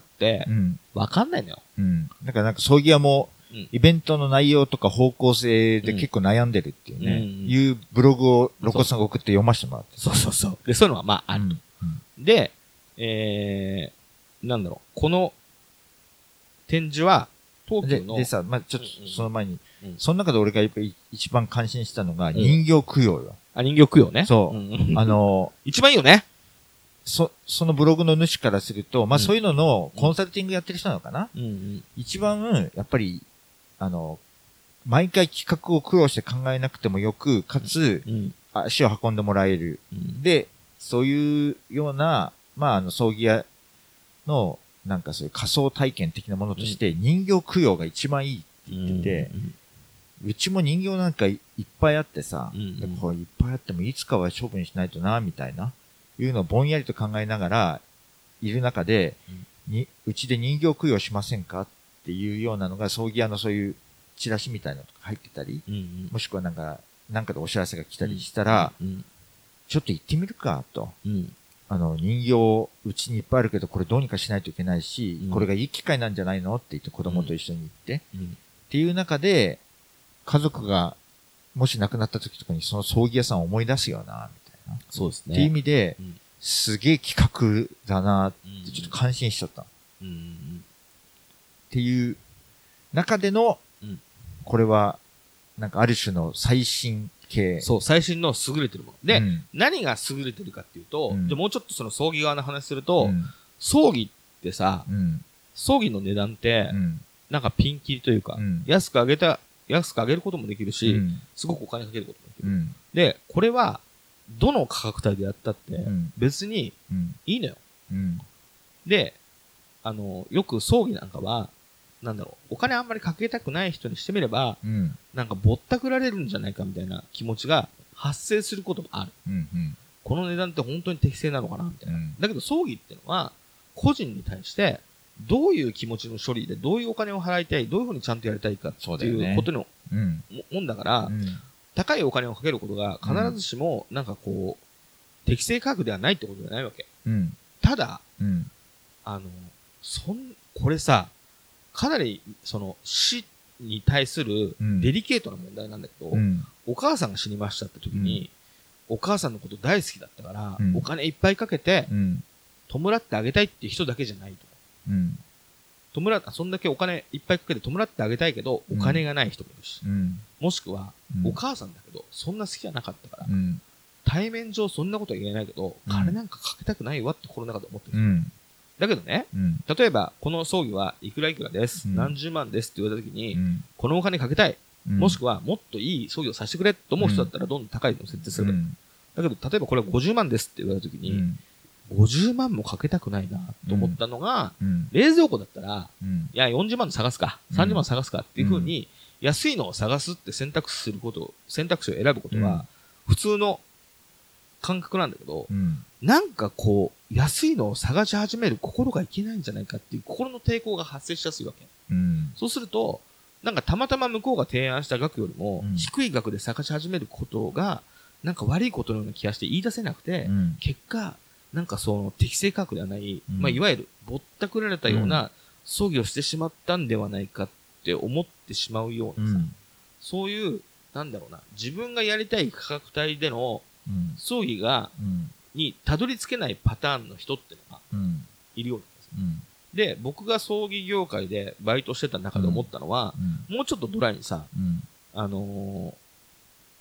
わかんないのよ。 うん。だからなんか葬儀屋も、イベントの内容とか方向性で結構悩んでるっていうね、うん、いうブログを露骨さんが送って読ませてもらって。 そうそうそう。で、そういうのはまああると。うんうん、で、えー、なんだろう、この展示は、東京の。 で、でさ、まあちょっとその前に、うんうん、その中で俺が一番感心したのが人形供養よ。うん、 あ、人形供養ね。 そう。うん、あのー、一番いいよね。 そ、そのブログの主からすると、まあそういうののコンサルティングやってる人なのかな、うんうん、一番、やっぱり、あの、毎回企画を苦労して考えなくてもよく、かつ、うん、足を運んでもらえる、うん。で、そういうような、まあ、あの、葬儀屋の、なんかそういう仮想体験的なものとして、人形供養が一番いいって言ってて、うんうんうん、うちも人形なんか い, いっぱいあってさ、うんうん、でこれいっぱいあってもいつかは処分しないとな、みたいな、いうのをぼんやりと考えながら、いる中で、うん、に、うちで人形供養しませんかっていうようなのが、葬儀屋のそういう、チラシみたいなのとか入ってたり、うんうん、もしくはなんか、なんかでお知らせが来たりしたら、うんうん、ちょっと行ってみるかと、うん、あの、人形、うちにいっぱいあるけど、これどうにかしないといけないし、うん、これがいい機会なんじゃないのって言って子供と一緒に行って、うんうん、っていう中で、家族が、もし亡くなった時とかにその葬儀屋さんを思い出すよな、みたいな。 そうですね。 っていう意味で、うん、すげえ企画だな、ってちょっと感心しちゃった。うんうん、っていう中での、うん、これは、なんかある種の最新系。 そう、最新の優れてるもの。で、うん、何が優れてるかっていうと、うん、でもうちょっとその葬儀側の話すると、うん、葬儀ってさ、うん、葬儀の値段って、うん、なんかピンキリというか、うん、安く上げた、安く上げることもできるし、うん、すごくお金かけることもできる。うん、で、これは、どの価格帯でやったって、別にいいのよ。うん、で、あの、よく葬儀なんかは、なんだろう、お金あんまりかけたくない人にしてみれば、うん、なんかぼったくられるんじゃないかみたいな気持ちが発生することもある。うんうん、この値段って本当に適正なのかなみたいな、うん。だけど葬儀ってのは、個人に対して、どういう気持ちの処理で、どういうお金を払いたい、どういうふうにちゃんとやりたいかっていうことのもんだから、うん、高いお金をかけることが必ずしも、なんかこう、適正価格ではないってことじゃないわけ。うん、ただ、うん、あの、そん、これさ、かなり、その、死に対するデリケートな問題なんだけど、うん、お母さんが死にましたって時に、うん、お母さんのこと大好きだったから、うん、お金いっぱいかけて、うん、弔ってあげたいっていう人だけじゃないと。うん、弔っ、そんだけお金いっぱいかけて弔ってあげたいけど、お金がない人もいるし、うん、もしくは、お母さんだけど、そんな好きじゃなかったから、うん、対面上そんなことは言えないけど、金なんかかけたくないわって心の中で思ってる。うんだけどね、うん、例えば、この葬儀はいくらいくらです、うん、何十万ですって言われたときに、うん、このお金かけたい、うん、もしくはもっといい葬儀をさせてくれと思う人だったらどんどん高いのを設定する、うん。だけど、例えばこれはごじゅうまんですって言われたときに、うん、ごじゅうまんもかけたくないなと思ったのが、うん、冷蔵庫だったら、うん、いや、よんじゅうまん探すか、さんじゅうまん探すかっていう風に、安いのを探すって選択すること、選択肢を選ぶことは、普通の感覚なんだけど、うん、なんかこう、安いのを探し始める心がいけないんじゃないかっていう心の抵抗が発生しやすいわけ。うん、そうすると、なんかたまたま向こうが提案した額よりも、低い額で探し始めることが、なんか悪いことのような気がして言い出せなくて、うん、結果、なんかその適正価格ではない、うん、まあいわゆるぼったくられたような葬儀をしてしまったんではないかって思ってしまうようなさ、うん、そういう、なんだろうな、自分がやりたい価格帯での葬儀が、うんにたどり着けないパターンの人ってのがいるようなんです、うん、で、僕が葬儀業界でバイトしてた中で思ったのは、うん、もうちょっとドライにさ、うん、あのー、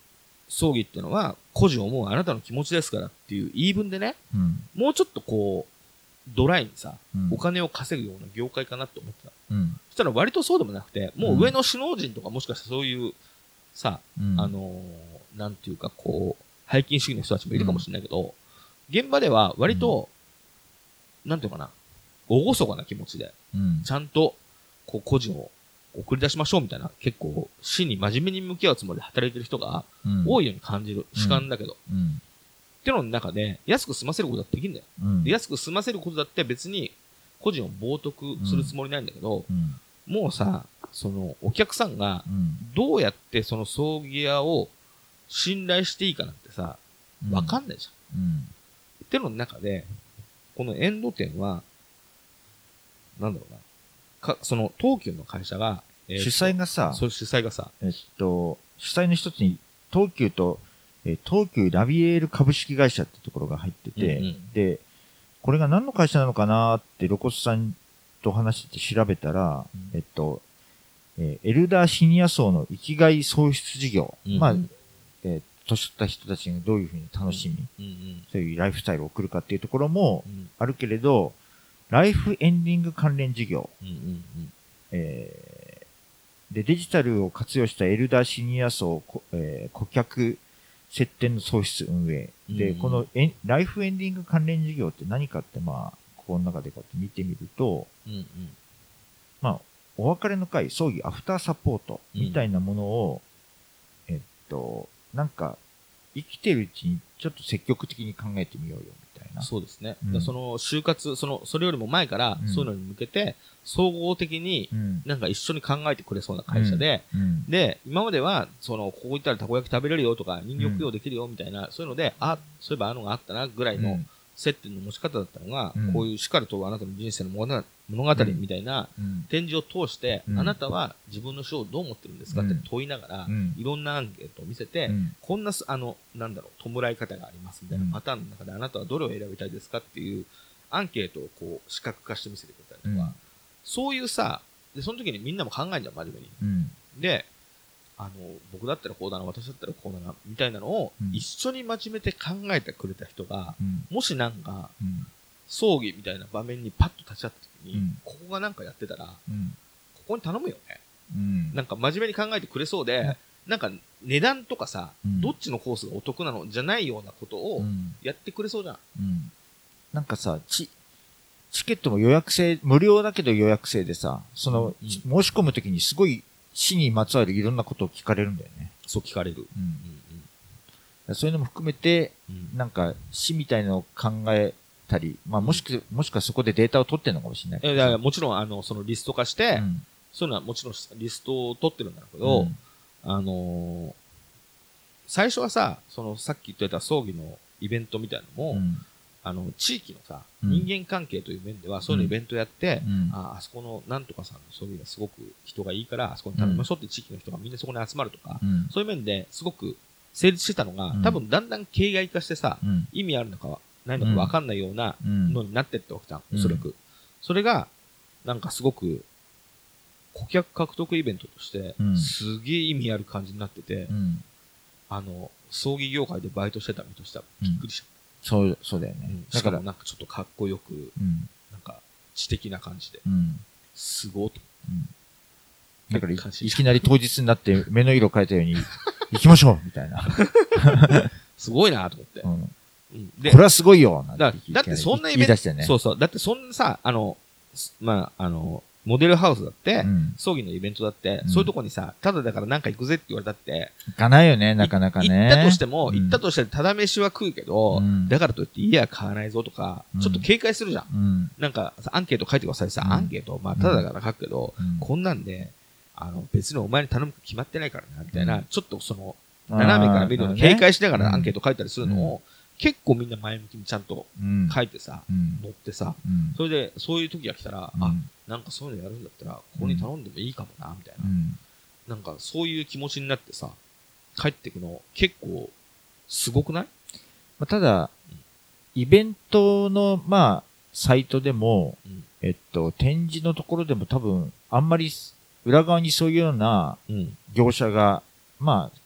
葬儀っていうのは個人を思うあなたの気持ちですからっていう言い分でね、うん、もうちょっとこうドライにさ、うん、お金を稼ぐような業界かなって思ってた、うん、そしたら割とそうでもなくて、もう上の首脳陣とかもしかしたらそういうさ、うん、あのー、なんていうかこう背筋主義の人たちもいるかもしれないけど、うん、現場では割と、うん、なんていうかな、厳かな気持ちで、うん、ちゃんとこう個人を送り出しましょうみたいな、結構死に真面目に向き合うつもりで働いてる人が多いように感じる主観だけど、うんうん、っていうのの中で安く済ませることだってできるんだよ、うん、で安く済ませることだって別に個人を冒涜するつもりないんだけど、うん、もうさ、そのお客さんがどうやってその葬儀屋を信頼していいかなんてさ、わかんないじゃん、うん、っていうのの中でこのエンド店はなんだろうな、かその東急の会社が、 えー、主催がさ、 そう主催がさ、 えっと主催の一つに東急と、えー、東急ラビエール株式会社ってところが入ってて、うんうん、でこれが何の会社なのかなって露骨さんと話して調べたら、うん、えっと、えー、エルダーシニア層の生きがい創出事業、うんうん、まあ、えー、年取った人たちがどういうふうに楽しみ、うんうん、そういうライフスタイルを送るかっていうところもあるけれど、ライフエンディング関連事業、うんうんうん、えー、でデジタルを活用したエルダーシニア層、えー、顧客接点の創出運営、うんうん、でこのエンライフエンディング関連事業って何かって、まあここの中でこうやって見てみると、うんうん、まあお別れの会、葬儀アフターサポートみたいなものを、うん、えっとなんか生きてるうちにちょっと積極的に考えてみようよみたいな。 そうですね。うん、その就活、そのそれよりも前からそういうのに向けて総合的になんか一緒に考えてくれそうな会社で、うんうん、で今まではそのここ行ったらたこ焼き食べれるよとか人形供養できるよみたいな、そういうので、あ、そういえばあのがあったなぐらいの接点の持ち方だったのが、こういうしかるとあなたの人生の物語物語みたいな展示を通して、うん、あなたは自分の死をどう思ってるんですかって問いながら、うん、いろんなアンケートを見せて、うん、こんなあのなんだろう弔い方がありますみたいなパターンの中であなたはどれを選びたいですかっていうアンケートをこう視覚化して見せてくれたりとか、そういうさ、でその時にみんなも考えんじゃん真面目に、であの僕だったらこうだな、私だったらこうだなみたいなのを一緒に真面目で考えてくれた人が、もしなんか、葬儀みたいな場面にパッと立ち会った時に、うん、ここがなんかやってたら、うん、ここに頼むよね、うん、なんか真面目に考えてくれそうで、うん、なんか値段とかさ、うん、どっちのコースがお得なのじゃないようなことをやってくれそうじゃん、うん、 なんかさチ、チケットも予約制、無料だけど予約制でさ、その、うん、申し込む時にすごい死にまつわるいろんなことを聞かれるんだよね。 そう聞かれる、うんうんうん、そういうのも含めて、うん、なんか死みたいなのを考えたり、まあ、もしく、もしくはそこでデータを取ってるのかもしれないけど。 いやいや、もちろん、あの、そのリスト化して、うん、そういうのはもちろんリストを取ってるんだけど、うん、あのー、最初はさ、その、さっき言ってた葬儀のイベントみたいなのも、うん、あの、地域のさ、人間関係という面では、そういうのイベントやって、うん、あ、あそこのなんとかさんの葬儀がすごく人がいいから、あそこに頼みましょうって地域の人がみんなそこに集まるとか、そういう面ですごく成立してたのが、多分だんだん形骸化してさ、意味あるのかは、ないのか分かんないようなのになってってわけじゃん、おそらく、うん。それが、なんかすごく、顧客獲得イベントとして、すげえ意味ある感じになってて、うん、あの、葬儀業界でバイトしてた身としてはびっくりしちゃった。 うん、そう、そうだよね。 うん、しかもなんかちょっとかっこよく、うん、なんか知的な感じで、うん、すごーと。うん、 だからい、いきなり当日になって目の色変えたように、行きましょうみたいな。 すごいなと思って。うんでこれはすごいよだ。だってそんなイベント、ね、そうそう。だってそんなさ、あの、まあ、あの、モデルハウスだって、うん、葬儀のイベントだって、うん、そういうとこにさ、ただだからなんか行くぜって言われたって。 行かないよね、なかなかね。 行ったとしても、うん、行ったとしてただ飯は食うけど、うん、だからといって家は買わないぞとか、ちょっと警戒するじゃん。うん、なんかアンケート書いてくださいさ、アンケート、まあ、ただだから書くけど、こんなんで、あの、別にお前に頼むか決まってないからな、みたいな、ちょっとその、斜めから見るのに警戒しながらアンケート書いたりするのを、結構みんな前向きにちゃんと書いてさ、うん、乗ってさ、うん、それでそういう時が来たら、うん、あ、なんかそういうのやるんだったらここに頼んでもいいかもなみたいな、うん、なんかそういう気持ちになってさ帰ってくの結構すごくない？ まあ、ただ、うん、イベントのまあサイトでも、うん、えっと展示のところでも多分あんまり裏側にそういうような業者が、まあ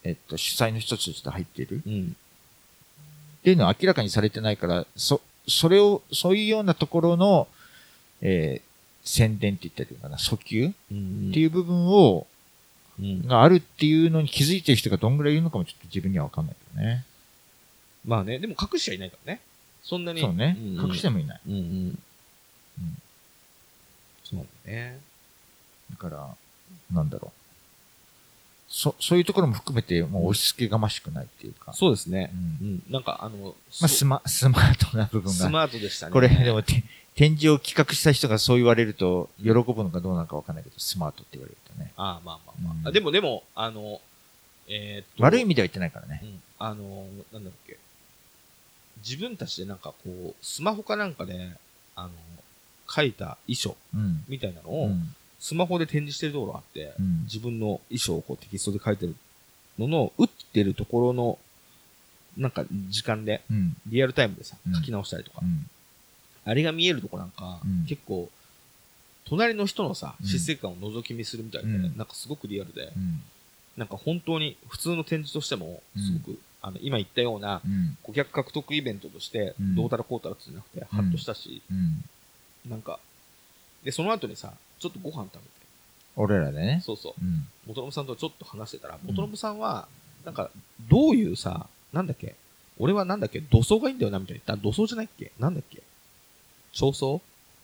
えっと、主催の一つとして入っている。うん。っていうのは明らかにされてないから、そ、それを、そういうようなところの、えー、宣伝って言ったらいいかな、訴求、うん、っていう部分を、うん、があるっていうのに気づいてる人がどんぐらいいるのかもちょっと自分には分かんないけどね。 まあね、でも隠しちゃいないからね。そんなに。 そうね。うんうん、隠してもいない。うんうん。うん、 そうだね。だから、なんだろう。そ、そういうところも含めて、もう押し付けがましくないっていうか。 そうですね。うん。うん、なんかあの、まあ、スマ、スマートな部分が。 スマートでしたね。 これ、でも、展示を企画した人がそう言われると、喜ぶのかどうなのかわかんないけど、スマートって言われるとね。 ああ、まあまあまあ。うん、でもでも、あの、えー、っと。 悪い意味では言ってないからね。うん。 あの、なんだっけ。自分たちでなんかこう、スマホかなんかで、あの、書いた遺書みたいなのを、スマホで展示してるところがあって、うん、自分の遺書をこうテキストで書いてるのの、打ってるところの、なんか時間で、うん、リアルタイムでさ、書き直したりとか、うん、あれが見えるとこなんか、うん、結構、隣の人のさ、死生観を覗き見するみたいで、うん、なんかすごくリアルで、うん、なんか本当に普通の展示としても、すごく、うん、あの、今言ったような、顧客獲得イベントとして、どうたらこうたらってじゃなくて、ハッとしたし、なんか、で、その後にさ、ちょっとご飯食べて。 俺らでね。 そうそう。うん、元信さんとちょっと話してたら、元信さんは、なんか、どういうさ、なんだっけ、俺はなんだっけ、土葬がいいんだよな、みたいな。土葬じゃないっけ、なんだっけ、彫葬、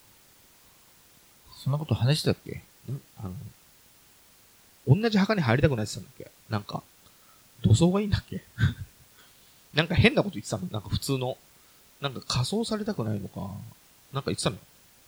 そんなこと話してたっけ、んあの、同じ墓に入りたくないって言ってたんだっけ、なんか、土葬がいいんだっけなんか変なこと言ってたの、なんか普通の。なんか仮装されたくないのか。なんか言ってたのよ。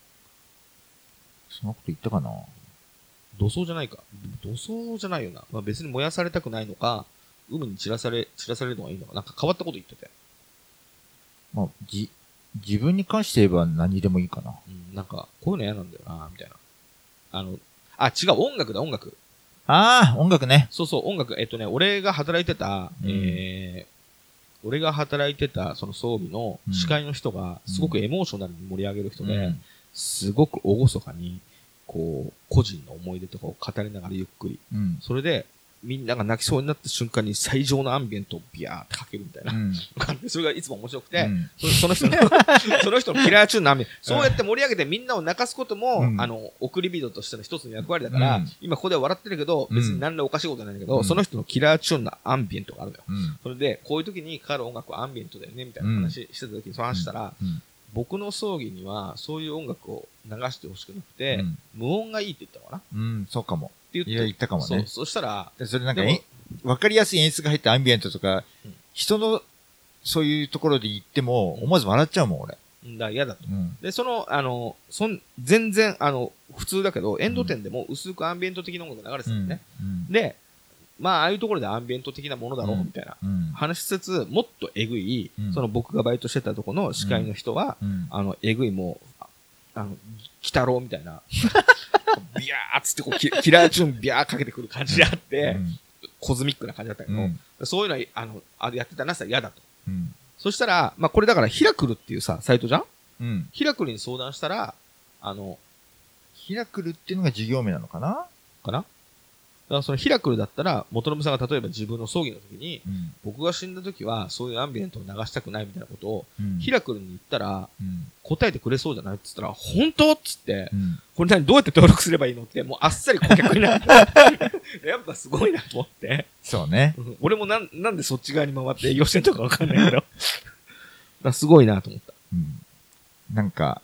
そんなこと言ったかな。 土葬じゃないか。土葬じゃないよな。まあ、別に燃やされたくないのか、海に散らされ、散らされるのがいいのか。なんか変わったこと言ってて。 まあ、じ、自分に関して言えば何でもいいかな。 うん、なんか、こういうの嫌なんだよな、みたいな。あの、あ、違う、音楽だ、音楽。 ああ、音楽ね。 そうそう、音楽。えっとね、俺が働いてた、うん、えー、俺が働いてた、その葬儀の司会の人が、すごくエモーショナルに盛り上げる人で、うん、すごく厳かに、こう、個人の思い出とかを語りながらゆっくり。うん、それで、みんなが泣きそうになった瞬間に最上のアンビエントをビャーってかけるみたいな。うん、それがいつも面白くて、うん、そ, その人の、その人のキラーチューンのアンビエント、そうやって盛り上げてみんなを泣かすことも、うん、あの、送り人としての一つの役割だから、うん、今ここでは笑ってるけど、別に何らおかしいことないんだけど、うん、その人のキラーチューンのアンビエントがあるのよ。うん、それで、こういう時にかかる音楽はアンビエントだよね、みたいな話してた時にそう話したら、うんうん、僕の葬儀にはそういう音楽を流してほしくなくて、うん、無音がいいって言ったのかな。 うん、そうかも。 って言って。 いや、言ったかもね。 そう、そしたら、 それなんか、わかりやすい演出が入ったアンビエントとか、うん、人のそういうところで言っても、思わず笑っちゃうもん、俺。 だから嫌だと。うん、で、その、あの、そん、全然、あの、普通だけど、エンド店でも薄くアンビエント的な音楽が流れてたんだね、うんうん。で、まあ、ああいうところでアンビエント的なものだろう、みたいな、話しつつ、もっとえぐい、うん、その僕がバイトしてたところの司会の人は、うん、あの、えぐいもう、あの、鬼太郎みたいな、ビャーっつってこうキ、キラーチューンビャーかけてくる感じであって、うん、コズミックな感じだったけど、うん、そういうのは、あの、あれやってたなさ嫌だと。うん、そしたら、まあ、これだから、ヒラクルっていうさ、サイトじゃん、うん、ヒラクルに相談したら、あの、 ヒラクルっていうのが事業名なのかなかなだからそのヒラクルだったら、元信さんが例えば自分の葬儀の時に、うん、僕が死んだ時はそういうアンビエントを流したくないみたいなことを、うん、ヒラクルに言ったら、うん、答えてくれそうじゃないって言ったら、本当っつって、うん、これ何どうやって登録すればいいのって、もうあっさり顧客になって、やっぱすごいなと思って。 そうね。 俺もなん、なんでそっち側に回って営業してんのかわかんないけど。だすごいなと思った。 うん、なんか、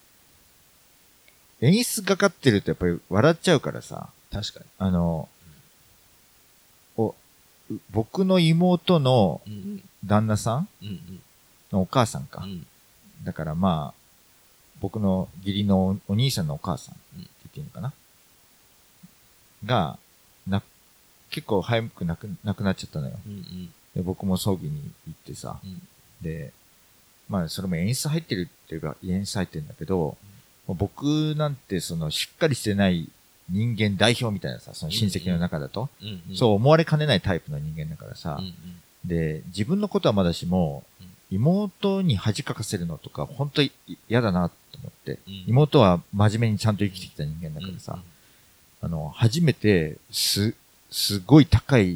うん、演出がかってるとやっぱり笑っちゃうからさ。 確かに。 あの、うん、お、僕の妹の旦那さん、うんうん、のお母さんか、うん。だからまあ、僕の義理のお兄さんのお母さんって言っていいのかな、うん、が、な、結構早く亡く、亡くなっちゃったのよ。うんうん、で僕も葬儀に行ってさ、うん、で、まあそれも演出入ってるっていうか、演出入ってるんだけど、うん、僕なんてそのしっかりしてない人間代表みたいなさ、その親戚の中だと、うんうん、そう思われかねないタイプの人間だからさ、うんうん、で、自分のことはまだしも、うん、妹に恥かかせるのとか、本当に嫌だなと思って、うん、妹は真面目にちゃんと生きてきた人間だからさ、うんうん、あの、初めて、す、すごい高い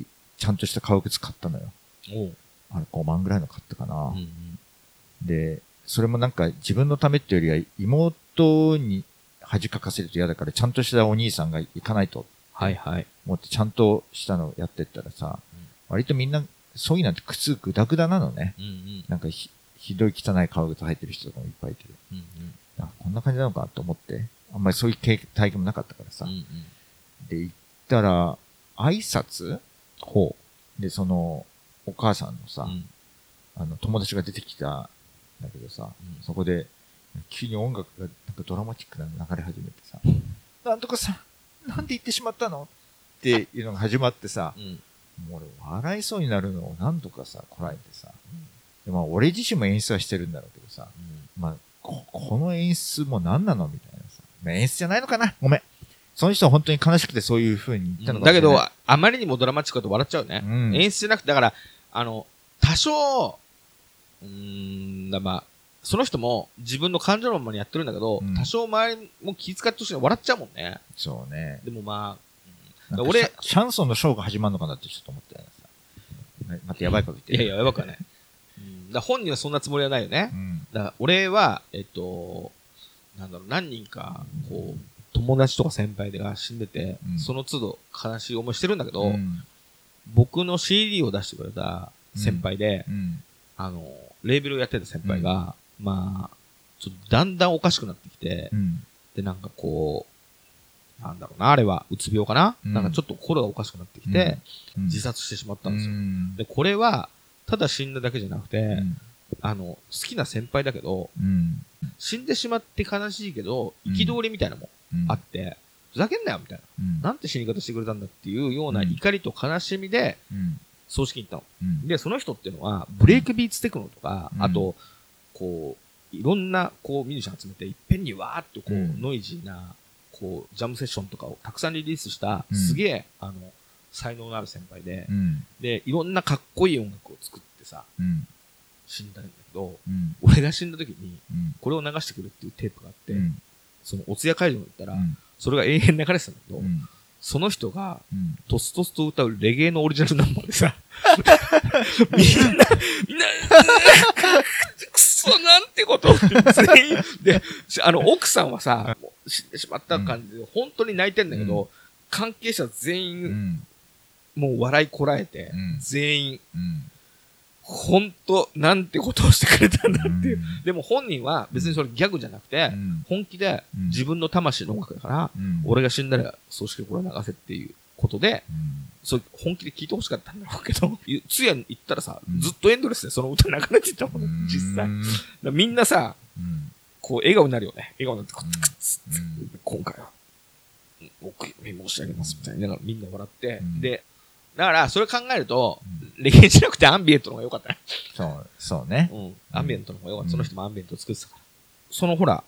ちゃんとした革靴買ったのよ。 おあれごまんぐらいの買ったかな。 うんうん、で、 それもなんか自分のためっていうよりは妹に恥かかせると嫌だからちゃんとしたお兄さんが行かないと。 はいはい。 思ってちゃんとしたのやってったらさ、うん、割とみんな、そういうなんて靴グダグダなのね。うんうん、なんかひ、ひどい汚い革靴履いてる人とかもいっぱいいてる。うんうん、あ、こんな感じなのかと思って、あんまりそういう経験、体験もなかったからさ。うんうん、で、行ったら、挨拶ほう。で、その、お母さんのさ、うん、あの、友達が出てきたんだけどさ、うん、そこで、急に音楽がなんかドラマチックなの流れ始めてさ、なんとかさ、なんで行ってしまったのっていうのが始まってさ、うん、もう俺笑いそうになるのをなんとかさ、こらえてさ、うん、でまあ俺自身も演出はしてるんだろうけどさ、うん、まあこ、この演出も何なのみたいなさ、まあ、演出じゃないのかなごめん。その人は本当に悲しくてそういう風に言ったのかもしれない、うん、 だけど、あまりにもドラマチックだと笑っちゃうね。うん、演出じゃなくて、だから、あの、多少、うーんだ、まあ、その人も自分の感情のままにやってるんだけど、うん、多少周りも気遣ってほしいの笑っちゃうもんね。 そうね。 でもまあ、 俺、シャンソンのショーが始まるのかなってちょっと思ってさ。またやばいこと言ってる。 いやいや、やばくはない。うん、だ本人はそんなつもりはないよね。うん、だから俺は、えっと、なんだろう、何人か、こう、友達とか先輩が死んでて、うん、その都度悲しい思いしてるんだけど、うん、僕の シーディー を出してくれた先輩で、うんうん、あの、レーベルをやってた先輩が、うん、まあ、ちょっとだんだんおかしくなってきて、で、なんかこう、なんだろうな、あれは、うつ病かな、うん、なんかちょっと心がおかしくなってきて、うん、自殺してしまったんですよ、うん。で、これは、ただ死んだだけじゃなくて、うん、あの、好きな先輩だけど、うん、死んでしまって悲しいけど、憤りみたいなのもあって、うん、ふざけんなよみたいな、うん。なんて死に方してくれたんだっていうような怒りと悲しみで、葬式に行ったの、うん。で、その人っていうのは、ブレイクビーツテクノとか、うん、あと、こう、いろんな、こう、ミュージシャン集めて、いっぺんにわーっとこう、うん、ノイジーな、こう、ジャムセッションとかをたくさんリリースした、すげえ、うん、あの、才能のある先輩で、うん、で、いろんなかっこいい音楽を作ってさ、うん、死んだんだけど、うん、俺が死んだ時に、これを流してくるっていうテープがあって、うん、そのお通夜会場に行ったら、うん、それが永遠流れてたんだけど、うん、その人が、うん、トストスと歌うレゲエのオリジナルナンバーでさ、みんな、みんな、くそ、なんてことを全員で、あの、奥さんはさ、死んでしまった感じで、本当に泣いてんだけど、うん、関係者全員、うん、もう笑いこらえて、うん、全員、うん、本当、なんてことをしてくれたんだっていう。うん、でも本人は別にそれギャグじゃなくて、うん、本気で自分の魂の音楽だから、うん、俺が死んだら葬式でこれ流せっていうことで、うん、そう本気で聴いてほしかったんだろうけど、通夜行ったらさ、ずっとエンドレスでその歌流れてたもん、実際。みんなさ、こう笑顔になるよね。笑顔になって、こっつって、今回は、お悔やみ申し上げますみたいな。だからみんな笑って、で、だから、それ考えると、うん、レゲエじゃなくてアンビエントの方が良かったね。 そう、そうね。 うん。アンビエントの方が良かった。うん、その人もアンビエントを作ってたから。そのほら、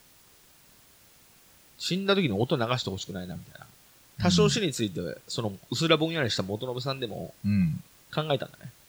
死んだ時に音流してほしくないな、みたいな。多少死について、その、うすらぼんやりした元信さんでも、考えたんだね。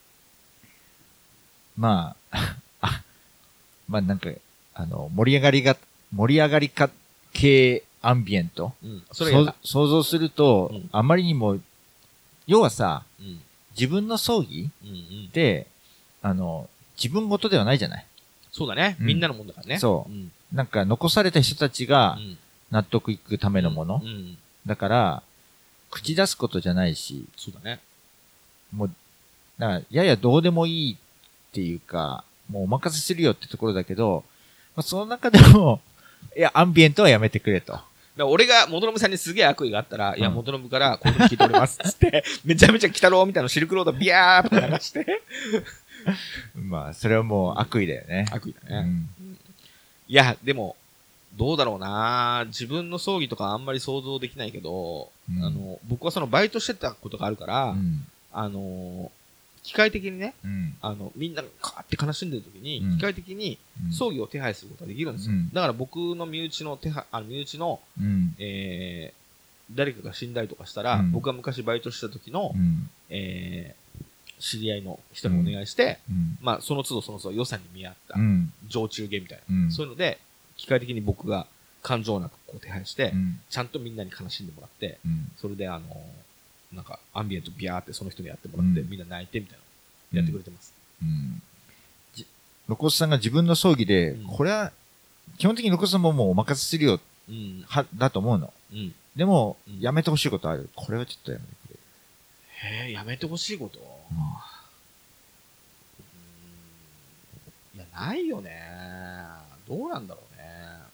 まあ、あ、まあなんか、あの、盛り上がりが、盛り上がりか系アンビエント。うん。それが想像すると、うん、あまりにも、要はさ、うん、自分の葬儀って、うんうん、あの、自分ごとではないじゃない。 そうだね。うん、みんなのもんだからね。 そう。うん、なんか残された人たちが納得いくためのもの。うんうん、だから、口出すことじゃないし。 そうだね。 もう、だからややどうでもいいっていうか、もうお任せするよってところだけど、まあ、その中でも、いや、アンビエントはやめてくれと。 だ俺が元信さんにすげえ悪意があったら、うん、いや、元信からこういうの聞いておりますっつって、めちゃめちゃ鬼太郎みたいなシルクロードビヤーって流して。 まあ、それはもう悪意だよね。 悪意だね。うん、いや、でも、どうだろうな自分の葬儀とかあんまり想像できないけど、うん、あの、僕はそのバイトしてたことがあるから、うん、あの、機械的にね、うん、あの、みんながカーって悲しんでる時に、うん、機械的に葬儀を手配することができるんですよ。うん、だから僕の身内の手配、あの身内の、うん、えー、誰かが死んだりとかしたら、うん、僕が昔バイトした時の、うん、えー、知り合いの人にお願いして、うん、まあ、その都度その都度予算に見合った、常駐芸みたいな、うん、そういうので、機械的に僕が感情なくこう手配して、うん、ちゃんとみんなに悲しんでもらって、うん、それであの、 なんかアンビエントビャーってその人にやってもらって、うん、みんな泣いてみたいなやってくれてます。うん。 露骨さんが自分の葬儀で、うん、これは基本的に露骨さんももうお任せするよ、うん、はだと思うの。うん、でも、うん、やめてほしいことある。これはちょっとやめてくれ。 へえ、やめてほしいこと、うん、いや、ないよね。どうなんだろうね。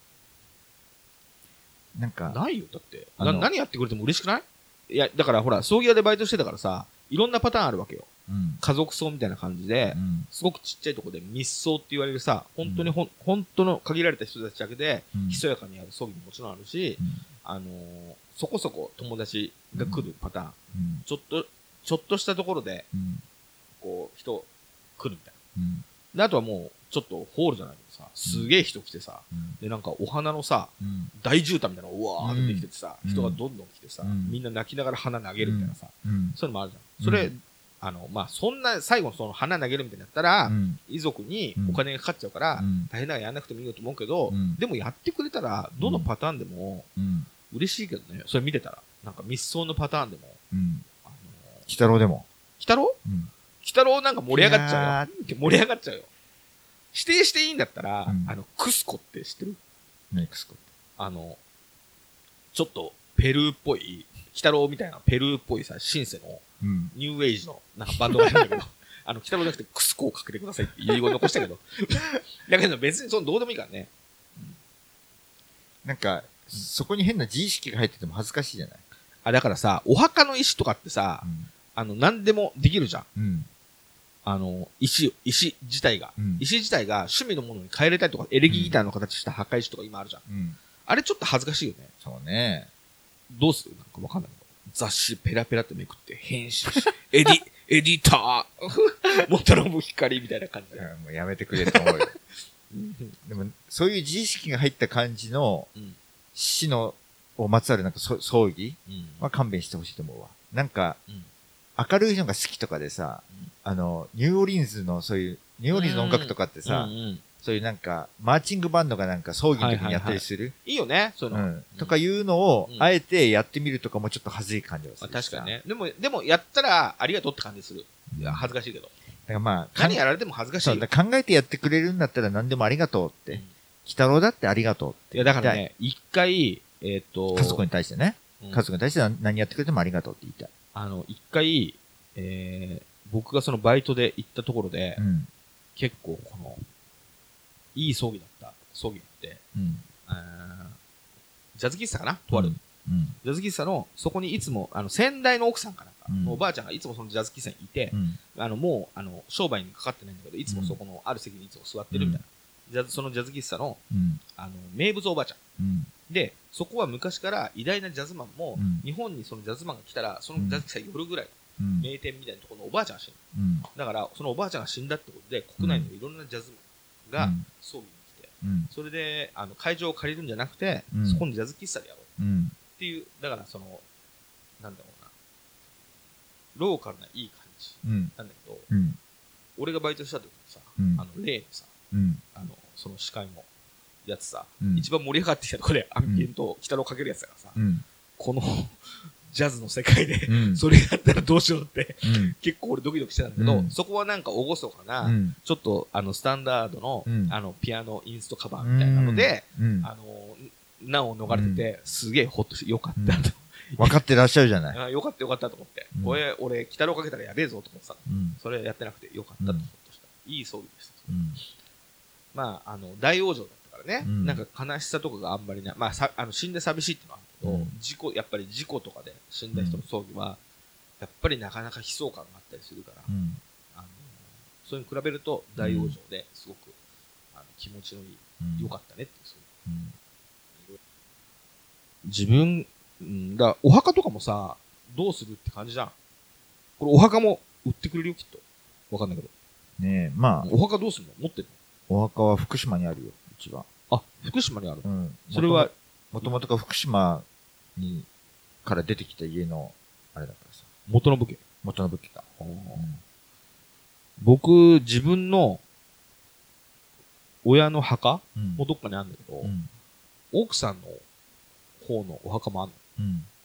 なんか。 ないよ、だって。な何やってくれても嬉しくない？いや、だからほら、葬儀屋でバイトしてたからさ、いろんなパターンあるわけよ。うん、家族葬みたいな感じで、うん、すごくちっちゃいところで密葬って言われるさ、本当にほん、うん、本当の限られた人たちだけで、ひそやかにやる葬儀ももちろんあるし、うん、あのー、そこそこ友達が来るパターン、うん、ちょっと、ちょっとしたところで、うん、こう、人来るみたいな。うん、で、あとはもう、ちょっとホールじゃないけどさ、すげえ人来てさ、うん、で、なんかお花のさ、うん、大絨毯みたいなのがうわーってできててさ、うん、人がどんどん来てさ、うん、みんな泣きながら花投げるみたいなさ、うん、そういうのもあるじゃん。それ、うん、あの、まあ、そんな、最後のその花投げるみたいになったら、うん、遺族にお金がかかっちゃうから、うん、大変だからやんなくてもいいよと思うけど、うん、でもやってくれたら、どのパターンでも、嬉しいけどね、それ見てたら、なんか密葬のパターンでも、うん、 あのー、鬼太郎でも。 鬼太郎？うん。鬼太郎なんか盛り上がっちゃうよ。盛り上がっちゃうよ。指定していいんだったら、うん、あの、クスコって知ってる？ 何クスコって。 あの、ちょっと、ペルーっぽい、鬼太郎みたいなペルーっぽいさ、シンセの、うん、ニューエイジのなんかバンドがいるんだけど、あの、鬼太郎じゃなくてクスコをかけてくださいって遺言残したけど。だけど別にそのどうでもいいからね。 うん、なんか、そこに変な自意識が入ってても恥ずかしいじゃない？ あ、だからさ、お墓の石とかってさ、うん、あの、何でもできるじゃん。うん、あの、石、石自体が、うん、石自体が趣味のものに変えれたりとか、エレキギターの形した墓石とか今あるじゃん。うん、あれちょっと恥ずかしいよね。 そうね。 どうする？なんかわかんないけど。雑誌ペラペラってめくって編集し、エディ、エディター、モトロム光みたいな感じで。 もうやめてくれと思うよ。でも、そういう自意識が入った感じの、うん、死の、をまつわるなんか葬儀は勘弁してほしいと思うわ。なんか、うん、明るいのが好きとかでさ、うん、あの、ニューオーリンズのそういう、ニューオーリンズの音楽とかってさ、うんうん、そういうなんか、マーチングバンドがなんか葬儀の時にやったりする。はいはいはい、 いいよね、そういうの。うん。 とかいうのを、あえてやってみるとかもちょっと恥ずい感じがする。 確かにね。でも、でもやったらありがとうって感じする。いや、恥ずかしいけど。だからまあ、 何やられても恥ずかしいよ。 そう考えてやってくれるんだったら何でもありがとうって。うん、鬼太郎だってありがとうって。 いや、だからね、一回、えっと、 家族に対してね。うん、家族に対して何やってくれてもありがとうって言いたい。 あの、一回、えー、僕がそのバイトで行ったところで、うん、結構この、いい葬儀だった葬儀って、うん、ジャズ喫茶かなとある、うんうん。ジャズ喫茶の、そこにいつも、あの、先代の奥さんかなんか、うん、おばあちゃんがいつもそのジャズ喫茶にいて、うん、あの、もう、あの、商売にかかってないんだけど、いつもそこのある席にいつも座ってるみたいな。うん、ジャズ、そのジャズ喫茶の、うん、あの、名物おばあちゃん。うん、で、そこは昔から偉大なジャズマンも、うん、日本にそのジャズマンが来たら、そのジャズ喫茶寄るぐらい、うん、名店みたいなところのおばあちゃんが死んだ。うん、だから、そのおばあちゃんが死んだってことで、国内のいろんなジャズマンが葬儀に来て、うん、それで、あの、会場を借りるんじゃなくて、うん、そこのジャズ喫茶でやろう。うん、っていう、だからその、なんだろうな、ローカルないい感じなんだけど、うん、俺がバイトした時にさ、うん、あの、例のさ、うん、あの、その司会のやつさ、うん、一番盛り上がってきたところでアンビエントを鬼太郎かけるやつだからさ、うん、このジャズの世界で、うん、それやったらどうしようって、うん、結構俺ドキドキしてたんだけど、うん、そこはなんか厳かな、うん、ちょっとあのスタンダードの、うん、あのピアノインストカバーみたいなので、うん、あの難を逃れてて、うん、すげえホッとしてよかったと、 うん、分かってらっしゃるじゃない。 あ、よかったよかったと思って、うん、これ俺鬼太郎かけたらやべえぞと思ってさ、うん、それやってなくてよかったと、うん、ホッとした。いい葬儀でした。うん、まああの大往生だったからね、うん、なんか悲しさとかがあんまりない。まあさあの死んで寂しいってのはあるけど、うん、事故やっぱり事故とかで死んだ人の葬儀は、やっぱりなかなか悲壮感があったりするから、うん、あのそれに比べると大往生ですごく、あの気持ちのいい、うん、よかったねってそう、うん自分、んだ、お墓とかもさ、どうするって感じじゃん。これお墓も売ってくれるよ、きっと。わかんないけど。 ねえ、まあ。 お墓どうするの？持ってるの？お墓は福島にあるよ、うちは。 あ、福島にある。 うん。 それは、 もともとが福島に、から出てきた家の、あれだからさ。 元の武家。 元の武家か。 うん、僕、自分の、親の墓、うん、もどっかにあるんだけど、うん、奥さんの方のお墓もあるの。うん、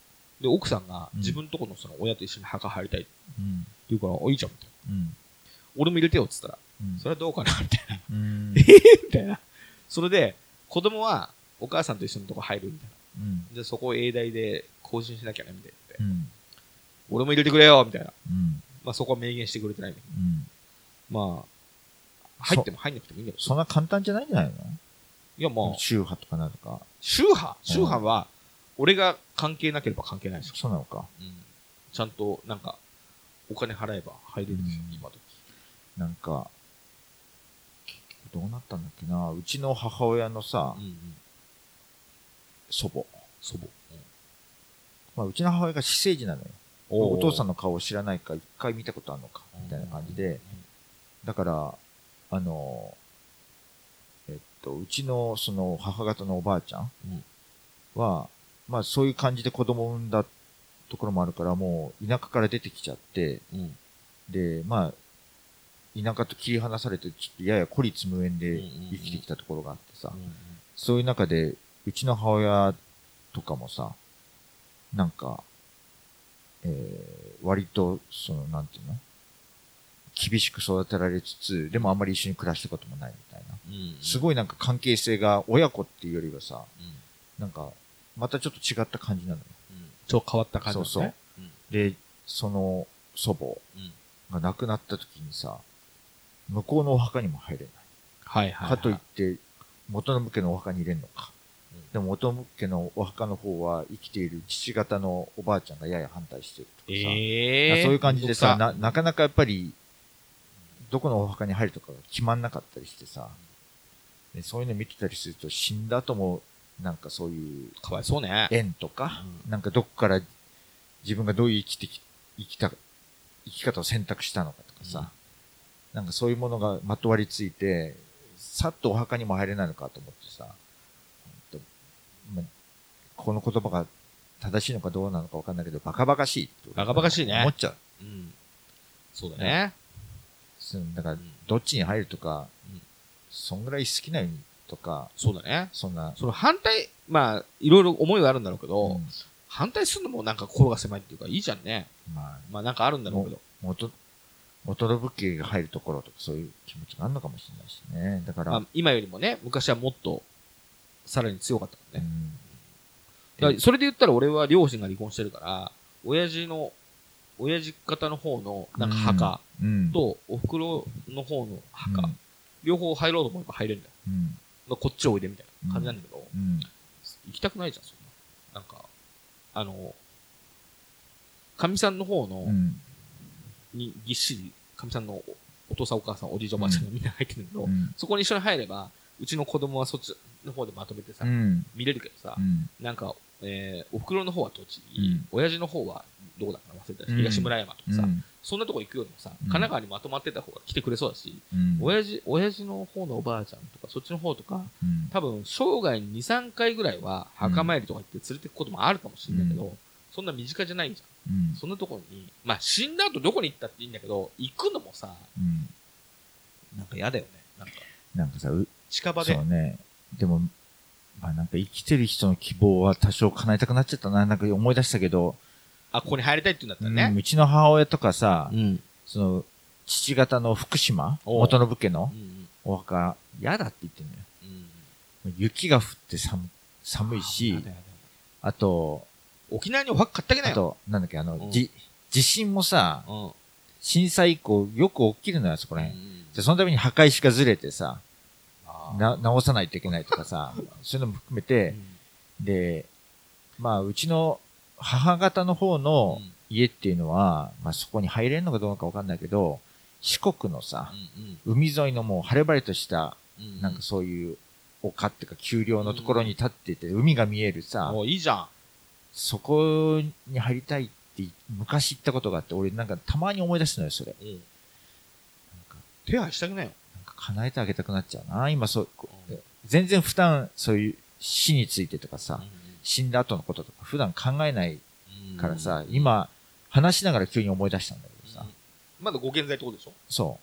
で、奥さんが自分とこのその親と一緒に墓入りたいって言うから、お、いいじゃん、みたいな。うん、俺も入れてよ、って言ったら、うん、それはどうかな、みたいな。うん、えぇみたいな。それで、子供はお母さんと一緒のとこ入るみたいな。うん、で、そこを永大で更新しなきゃね、みたいな、うん。俺も入れてくれよ、みたいな。うん、まあそこは明言してくれてないんだけど。うん、まあ、入っても入んなくてもいいんだけど。 そんな簡単じゃないんじゃないの？ いや、まあ。 宗派とかなのか。 宗派宗派は、俺が関係なければ関係ないでしょ。 そうなのか。うん。 ちゃんと、なんか、お金払えば入れるんですよ、今時。 なんか、どうなったんだっけな。うちの母親のさ、うんうん、祖母。 祖母。うん、 まあ、うちの母親が私生児なのよ。お, お父さんの顔を知らないか、一回見たことあるのか、みたいな感じで。だから、あの、えっと、うちのその母方のおばあちゃんは、まあそういう感じで子供を産んだところもあるから、もう田舎から出てきちゃって、うん、で、まあ、田舎と切り離されて、ちょっとやや孤立無縁で生きてきたところがあってさ、うんうんうん、そういう中で、うちの母親とかもさ、なんか、えー、割と、その、なんていうの？厳しく育てられつつ、でもあんまり一緒に暮らしたこともないみたいな。うんうん、すごいなんか関係性が親子っていうよりはさ、うん、なんか、またちょっと違った感じなのよ。 うん、ちょっと変わった感じだね。 そうそう。うん、で、その祖母が亡くなった時にさ、向こうのお墓にも入れない。 はいはい、はい。 かといって、元信家のお墓に入れんのか。うん、でも元信家のお墓の方は生きている父方のおばあちゃんがやや反対してるとかさ。えー、そういう感じでさ、な、なかなかやっぱり、どこのお墓に入るとかが決まんなかったりしてさ、でそういうの見てたりすると死んだ後もなんかそういうかわいそうね縁とか、うん、なんかどこから自分がどういう生きてき生きた生き方を選択したのかとかさ、うん、なんかそういうものがまとわりついてさっとお墓にも入れないのかと思ってさ、ま、この言葉が正しいのかどうなのかわかんないけどバカバカしいってバカバカしいね思っちゃう、 うん、そうだね。 だから、どっちに入るとか、うん、そんぐらい好きなようにとか、 そうだね。 そんな。 その反対、まあ、いろいろ思いはあるんだろうけど、うん、反対するのもなんか心が狭いっていうか、いいじゃんね。まあ、まあなんかあるんだろうけど。 元、元の武家が入るところとかそういう気持ちがあるのかもしれないしね。だから。まあ、 今よりもね、昔はもっと、さらに強かったもんね。うん、だからそれで言ったら俺は両親が離婚してるから、親父の、親父方の方のなんか墓とお袋の方の墓、うん、両方入ろうと思えば入れるんだよ。うん、まあこっちおいでみたいな感じなんだけど、うん、行きたくないじゃん、そんな。なんか、あの、かみさんの方の、にぎっしり、かみさんのお父さんお母さんおじいちゃんおばあちゃんがみんな入ってるんだけど、うん、そこに一緒に入れば、うちの子供はそっちの方でまとめてさ、うん、見れるけどさ、うん、なんか、えー、お袋の方は栃木、うん、親父の方はどこだか忘れたし、うん、東村山とかさ、うん、そんなとこ行くよりもさ、神奈川にまとまってた方が来てくれそうだし、うん、親父、親父の方のおばあちゃんとか、そっちの方とか、うん、多分生涯にに、さんかいぐらいは墓参りとか行って連れてくこともあるかもしれないけど、うん、そんな身近じゃないじゃん。うん、そんなところに、まあ死んだ後どこに行ったっていいんだけど、行くのもさ、うん、なんか嫌だよね。なんか。 なんかさ、 近場で。 そうね。でも、まあなんか生きてる人の希望は多少叶えたくなっちゃったな。なんか思い出したけど。 あ、ここに入りたいって言うんだったらね。 うん、うちの母親とかさ、うん、その、父方の福島、元信家のお墓、嫌だって言ってんのよ。うん、雪が降って寒寒いし、あ, あと、 沖縄にお墓買ってあげなよ。 あと、なんだっけ、あの、うん、じ地震もさ、うん、震災以降よく起きるのよ、そこら辺。うん、じゃそのために墓石がずれてさ、な、直さないといけないとかさ、そういうのも含めて、うん、で、まあ、うちの母方の方の家っていうのは、まあそこに入れるのかどうかわかんないけど、四国のさ、うんうん、海沿いのもう晴れ晴れとした、うんうん、なんかそういう丘っていうか丘陵のところに立ってて、海が見えるさ、 もういいじゃん。 そこに入りたいって昔行ったことがあって、俺なんかたまに思い出すのよ、それ。うん、なんか手配してあげなよ。 叶えてあげたくなっちゃうな。今そう、うん、全然普段そういう死についてとかさ、うん、死んだ後のこととか普段考えないからさ、うん、今話しながら急に思い出したんだけどさ。 うん、まだご健在ってことでしょ？ そう。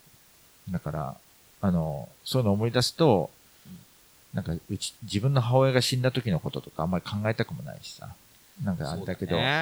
だから、あの、そういうのを思い出すと、うん、なんかうち、自分の母親が死んだ時のこととかあんまり考えたくもないしさ。なんかあれだけど、ね、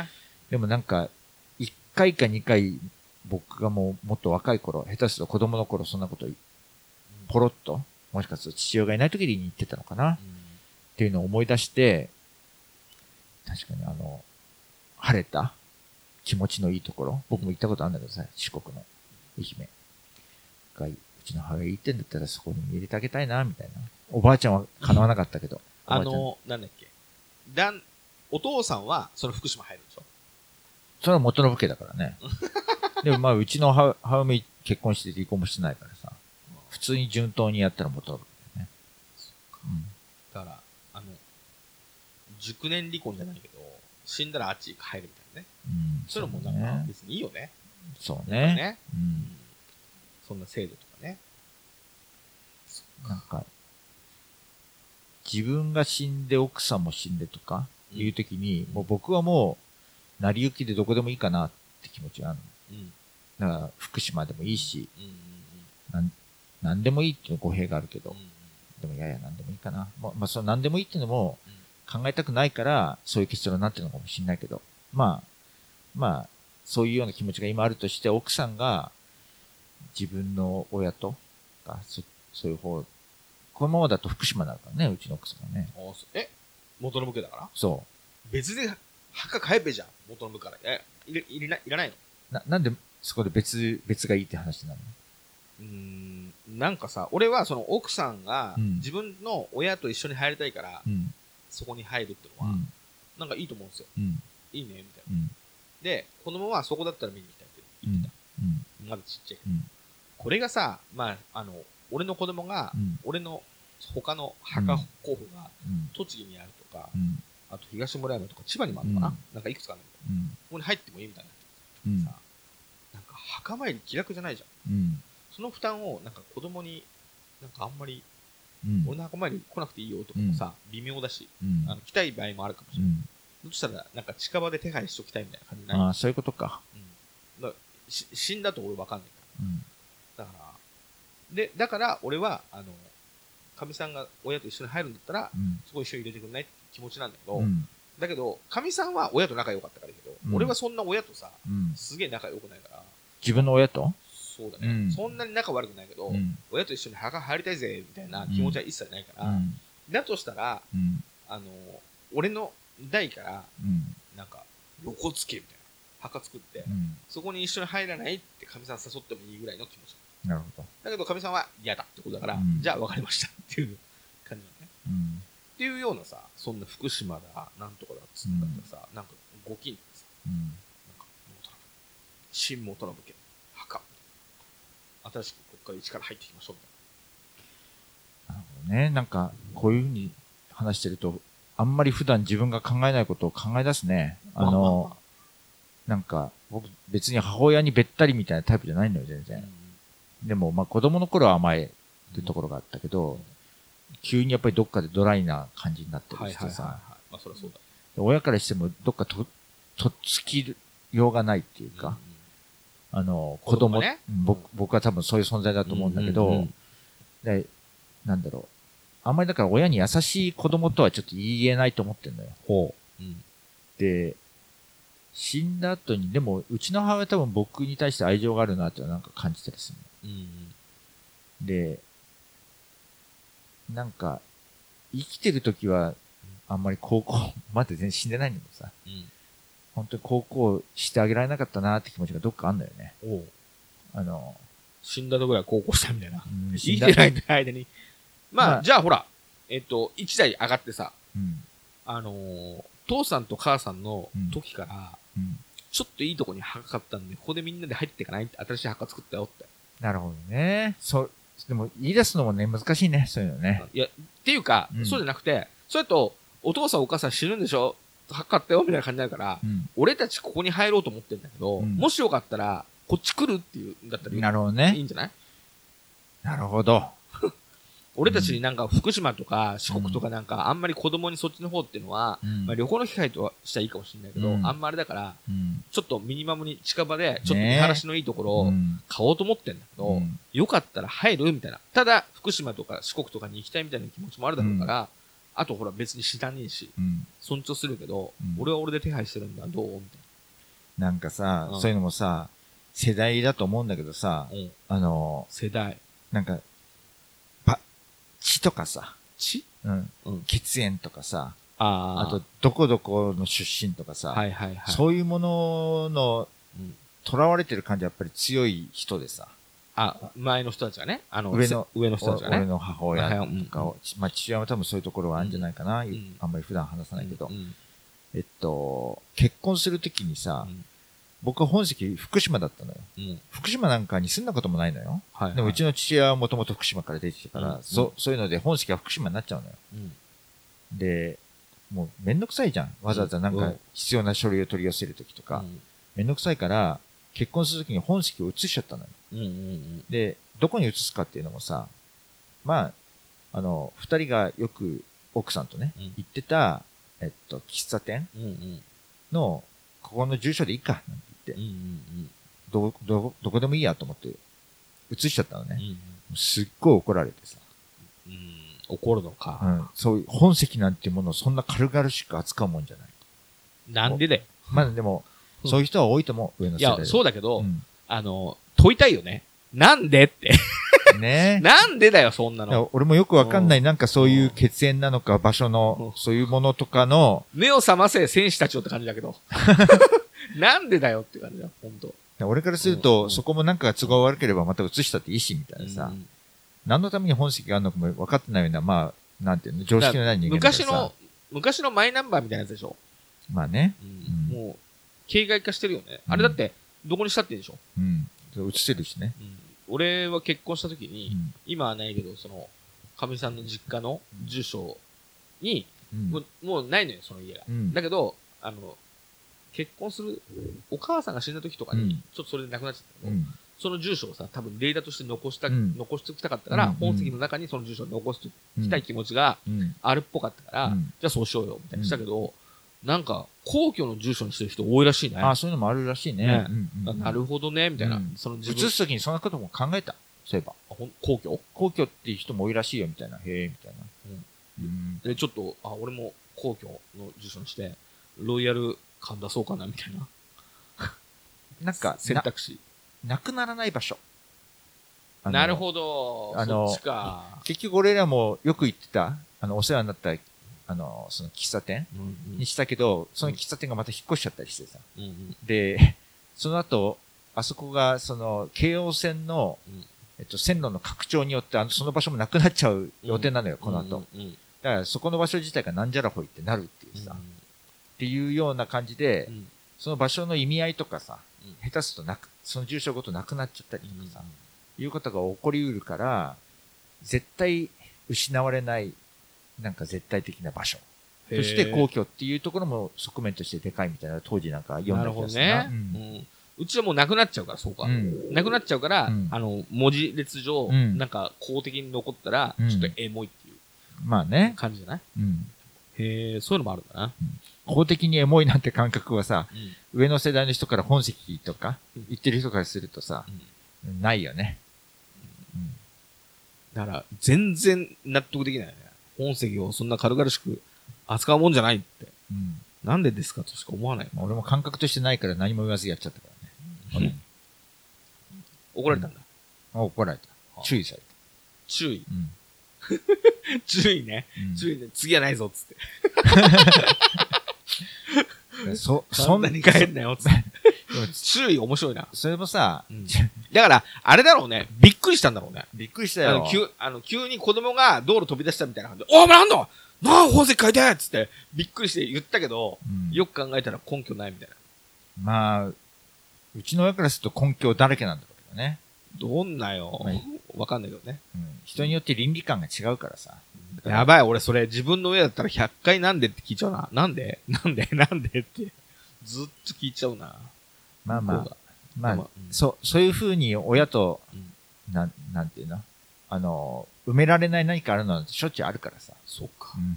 でもなんか、いっかいかにかい、僕がもうもっと若い頃、下手すると子供の頃そんなこと、ポロッと、もしかすると父親がいない時に言ってたのかな、うん、っていうのを思い出して、確かにあの、晴れた気持ちのいいところ、僕も行ったことあるんだけどさ、四国の愛媛が、うちの母親行ってんだったらそこに入れてあげたいな、みたいな。おばあちゃんは叶わなかったけど。 あの、なんだっけ。だん、お父さんはその福島入るでしょ？ それは元信家だからね。でもまあ、うちの母親結婚して離婚もしてないからさ、普通に順当にやったら元信家だよね。 そっか。うん、だから、あの、熟年離婚じゃないけど、死んだらあっち入るみたいなね。うん。それもなんか別にいいよね。 そうね。 ね。うん。そんな制度とかね。 なんか、自分が死んで奥さんも死んでとかいうときに、うん、もう僕はもう、成り行きでどこでもいいかなって気持ちがあるの。うん、だから、福島でもいいし、うんうんうん、なん何でもいいっていう語弊があるけど、うんうん、でもいやいや何でもいいかな。まあ、まあ、その何でもいいっていうのも考えたくないから、そういう結論になってるのかもしれないけど、まあ、まあ、そういうような気持ちが今あるとして、奥さんが自分の親とか、そそういう方、このままだと福島だからね、うちの奥さんがね。 え元信家だからそう。 別で墓買えべじゃん、元信から。え、いれ、いれない、いらないの？ な、なんでそこで別、別がいいって話なの？ うーん、なんかさ、俺はその奥さんが自分の親と一緒に入りたいから、うん、そこに入るってのは、うん、なんかいいと思うんですよ。うん、いいね、みたいな、うん。で、子供はそこだったら見に行きたいって言ってた。うん、まだちっちゃい、うん。これがさ、まあ、あの、俺の子供が、うん、俺の他の墓候補が、栃木にあるとか、うん、あと東村山とか千葉にもあるのかな、うん、なんかいくつかあるんだけど、うん、ここに入ってもいいみたいな、うん、さ、なんか墓参り気楽じゃないじゃん。うん、その負担をなんか子供になんかあんまり、うん、俺の墓参り来なくていいよとかもさ、うん、微妙だし、うん、あの来たい場合もあるかもしれない。どうしたらなんか近場で手配しときたいみたいな感じない？ ああ、そういうことか。 うん、だからし死んだと俺わかんないから。うん、だから、で、だから俺は、あの、かみさんが親と一緒に入るんだったら、うん、そこ一緒に入れてくんないって気持ちなんだけど、うん、だけど、かみさんは親と仲良かったからいいけど、うん、俺はそんな親とさ、うん、すげえ仲良くないから。 自分の親と？ そうだね、うん。そんなに仲悪くないけど、うん、親と一緒に墓入りたいぜ、みたいな気持ちは一切ないから、うん、だとしたら、うん、あの、俺の代から、なんか、横付けみたいな墓作って、うん、そこに一緒に入らないってかみさん誘ってもいいぐらいの気持ち。 なるほど。 だけどかみさんは嫌だってことだから、うん、じゃあ分かりましたっていう感じだね、うん。っていうようなさ、そんな福島だ、なんとかだっつったらさ、うん、なんかご近所でさ、うん、なんか新元信家墓、新しくここから一から入っていきましょうみたいな。なるほどね。なんかこういうふうに話してると、あんまり普段自分が考えないことを考え出すね。あの、まあまあまあ、なんか僕別に母親にべったりみたいなタイプじゃないのよ全然。うん、でも、まあ子供の頃は甘えっていうところがあったけど、うん、急にやっぱりどっかでドライな感じになってるしてさ、 まあそりゃそうだ。 親からしてもどっかと、とっつきようがないっていうか、うんうん、あの、子供、子供ね、僕、僕は多分そういう存在だと思うんだけど、うんうんうん、で、なんだろう。あんまりだから親に優しい子供とはちょっと言えないと思ってんのよ。ほう。うん、で、死んだ後に、でも、うちの母親は多分僕に対して愛情があるなってなんか感じたりするの。うんうん、で、なんか、生きてる時は、あんまり高校、まだ全然死んでないんだけどさ、うん、本当に高校してあげられなかったなって気持ちがどっかあんだよね。おう。あの、 死んだところは高校したみたいな。うん、生きてない間に。まあ、まあ、じゃあほら、えっと、一代上がってさ、うん、あのー、父さんと母さんの時から、うんうん、ちょっといいとこに墓買ったんで、ここでみんなで入っていかないって、新しい墓作ったよって。 なるほどね。そう、でも言い出すのもね、難しいね、そういうのね。 いや、っていうか、うん、そうじゃなくて、それと、お父さんお母さん死ぬんでしょ？墓買ったよみたいな感じになるから、うん、俺たちここに入ろうと思ってるんだけど、うん、もしよかったら、こっち来るっていうんだったらいい。 なるほどね。 いいんじゃない？ なるほど。 俺たちになんか福島とか四国とかなんかあんまり子供にそっちの方っていうのは、うん、まあ、旅行の機会としたらいいかもしれないけど、うん、あんまあれだから、うん、ちょっとミニマムに近場でちょっと見晴らしのいいところを買おうと思ってんだけど、うん、よかったら入るみたいな。ただ福島とか四国とかに行きたいみたいな気持ちもあるだろうから、あとほら別に知らねえし、尊重するけど、俺は俺で手配してるんだ、どうみたいな。 なんかさ、 うん、 そういうのもさ、世代だと思うんだけどさ、うん、あの、 世代。 なんか、ば、血とかさ、 血うん、うん。血縁とかさ、 ああと、どこどこの出身とかさ、 はいはいはい、 そういうものの、囚われてる感じはやっぱり強い人でさ。 あ、前の人たちがね、あの、 上の、 上の人たちがね。 俺の母親とかを、うん、まあ父親は多分そういうところはあるんじゃないかな。うん、あんまり普段話さないけど。うんうん、えっと、結婚するときにさ、うん、僕は本籍福島だったのよ、うん。福島なんかに住んだこともないのよ。はいはい、でもうちの父親はもともと福島から出てきてから、うん、そ, そういうので本籍は福島になっちゃうのよ。うん、で、もうめんどくさいじゃん。わざわざなんか必要な書類を取り寄せるときとか。うん、めんどくさいから、結婚するときに本籍を移しちゃったのよ。うんうんうん、で、どこに移すかっていうのもさ、まあ、あの、二人がよく奥さんとね、うん、行ってた、えっと、喫茶店の、ここの住所でいいか、なんて言って、うんうんうん、ど、ど、どこでもいいやと思って、移しちゃったのね。うんうん、すっごい怒られてさ。 うん、怒るのか、 うん。そういう本籍なんていうものをそんな軽々しく扱うもんじゃない。 なんでだよ。 まあでも、そういう人は多いと思う、上の世代で。 いや、そうだけど、うん、あの、問いたいよね。なんでって。ねなんでだよ、そんなの。 俺もよくわかんない、なんかそういう血縁なのか、場所の、そういうものとかの。 目を覚ませ、戦士たちよって感じだけど。なんでだよって感じだ、ほんと。 俺からすると、うん、そこもなんか都合悪ければまた移したっていいし、みたいなさ。うん、何のために本籍があるのかも分かってないような、まあ、なんていうの、常識のない人間だからさ。 昔の、昔のマイナンバーみたいなやつでしょ。 まあね。 うん、もう、形骸化してるよね。あれだって、どこにしたっていいでしょ。 うん。移せるしね。 うん俺は結婚した時に、うん、今はないけど、その、かみさんの実家の住所に、うん、もう、もうないのよ、その家が。うん、だけど、あの、結婚する、お母さんが死んだ時とかに、うん、ちょっとそれで亡くなっちゃったけど、うん、その住所をさ、多分データとして残した、うん、残しておきたかったから、うん、本籍の中にその住所を残しておきたい気持ちがあるっぽかったから、じゃあそうしようよ、みたいにしたけど、なんか、皇居の住所にしてる人多いらしいね。 ああ、そういうのもあるらしいね。ねうんうん、なるほどね、みたいな。うん、 その自分移すときにそんなことも考えた。そういえば。 あ、ほん皇居皇居っていう人も多いらしいよ、みたいな。へえ、みたいな。 うんうん、で、ちょっと、あ、俺も皇居の住所にして、ロイヤル感出そうかな、みたいな。 なんか、 選択肢な。なくならない場所。 なるほど。あの、そっちか。 結局俺らもよく行ってた、あの、お世話になったあの、その喫茶店にしたけど、うんうん、その喫茶店がまた引っ越しちゃったりしてさ。うんうん、で、その後、あそこが、その、京王線の、うん、えっと、線路の拡張によって、あの、その場所もなくなっちゃう予定なのよ、うん、この後、うんうん。だから、そこの場所自体がなんじゃらほいってなるっていうさ、うん、っていうような感じで、うん、その場所の意味合いとかさ、うん、下手するとなく、その住所ごとなくなっちゃったりとかさ、うん、いうことが起こりうるから、絶対失われない、なんか絶対的な場所。そして皇居っていうところも側面としてでかいみたいな当時なんか読んだ気がするな。 なるほどね。うんうん、うちはもうなくなっちゃうから、そうか。うん、なくなっちゃうから、うん、あの、文字列上、うん、なんか公的に残ったら、ちょっとエモいっていう。 まあね。 感じじゃない、うん、へえ、そういうのもあるんだな。 うん、公的にエモいなんて感覚はさ、うん、上の世代の人から本籍とか言ってる人からするとさ、うん、ないよね。 うん、だから、全然納得できないよね。本籍をそんな軽々しく扱うもんじゃないって。うん、なんでですかとしか思わない。 俺も感覚としてないから何も言わずやっちゃったからね。 うん、怒られたんだ。 うん、怒られた。注意された。 注意、うん、注意ね、うん。注意ね。次はないぞ、つって。そ、そんなに帰んなよ、つって。注意面白いな。 それもさ、 うん、だから、あれだろうね。びっくりしたんだろうね。 びっくりしたよ。 あの、急、あの、急に子供が道路飛び出したみたいな感じで、おー、なんだなあ、宝石書いてっつって、びっくりして言ったけど、うん、よく考えたら根拠ないみたいな。 まあ、うちの親からすると根拠だらけなんだろうけどね。 どんなよ。わ、まあ、かんないけどね、 うん。人によって倫理観が違うからさ。 やばい、俺それ自分の親だったらひゃっかいなんでって聞いちゃうな。なんでなんでなんでって。ずっと聞いちゃうな。 まあまあ、まあ、うん、そう、そういう風に親と、うん、なん、なんていうのあの、埋められない何かあるのはしょっちゅうあるからさ。 そうか。 うん、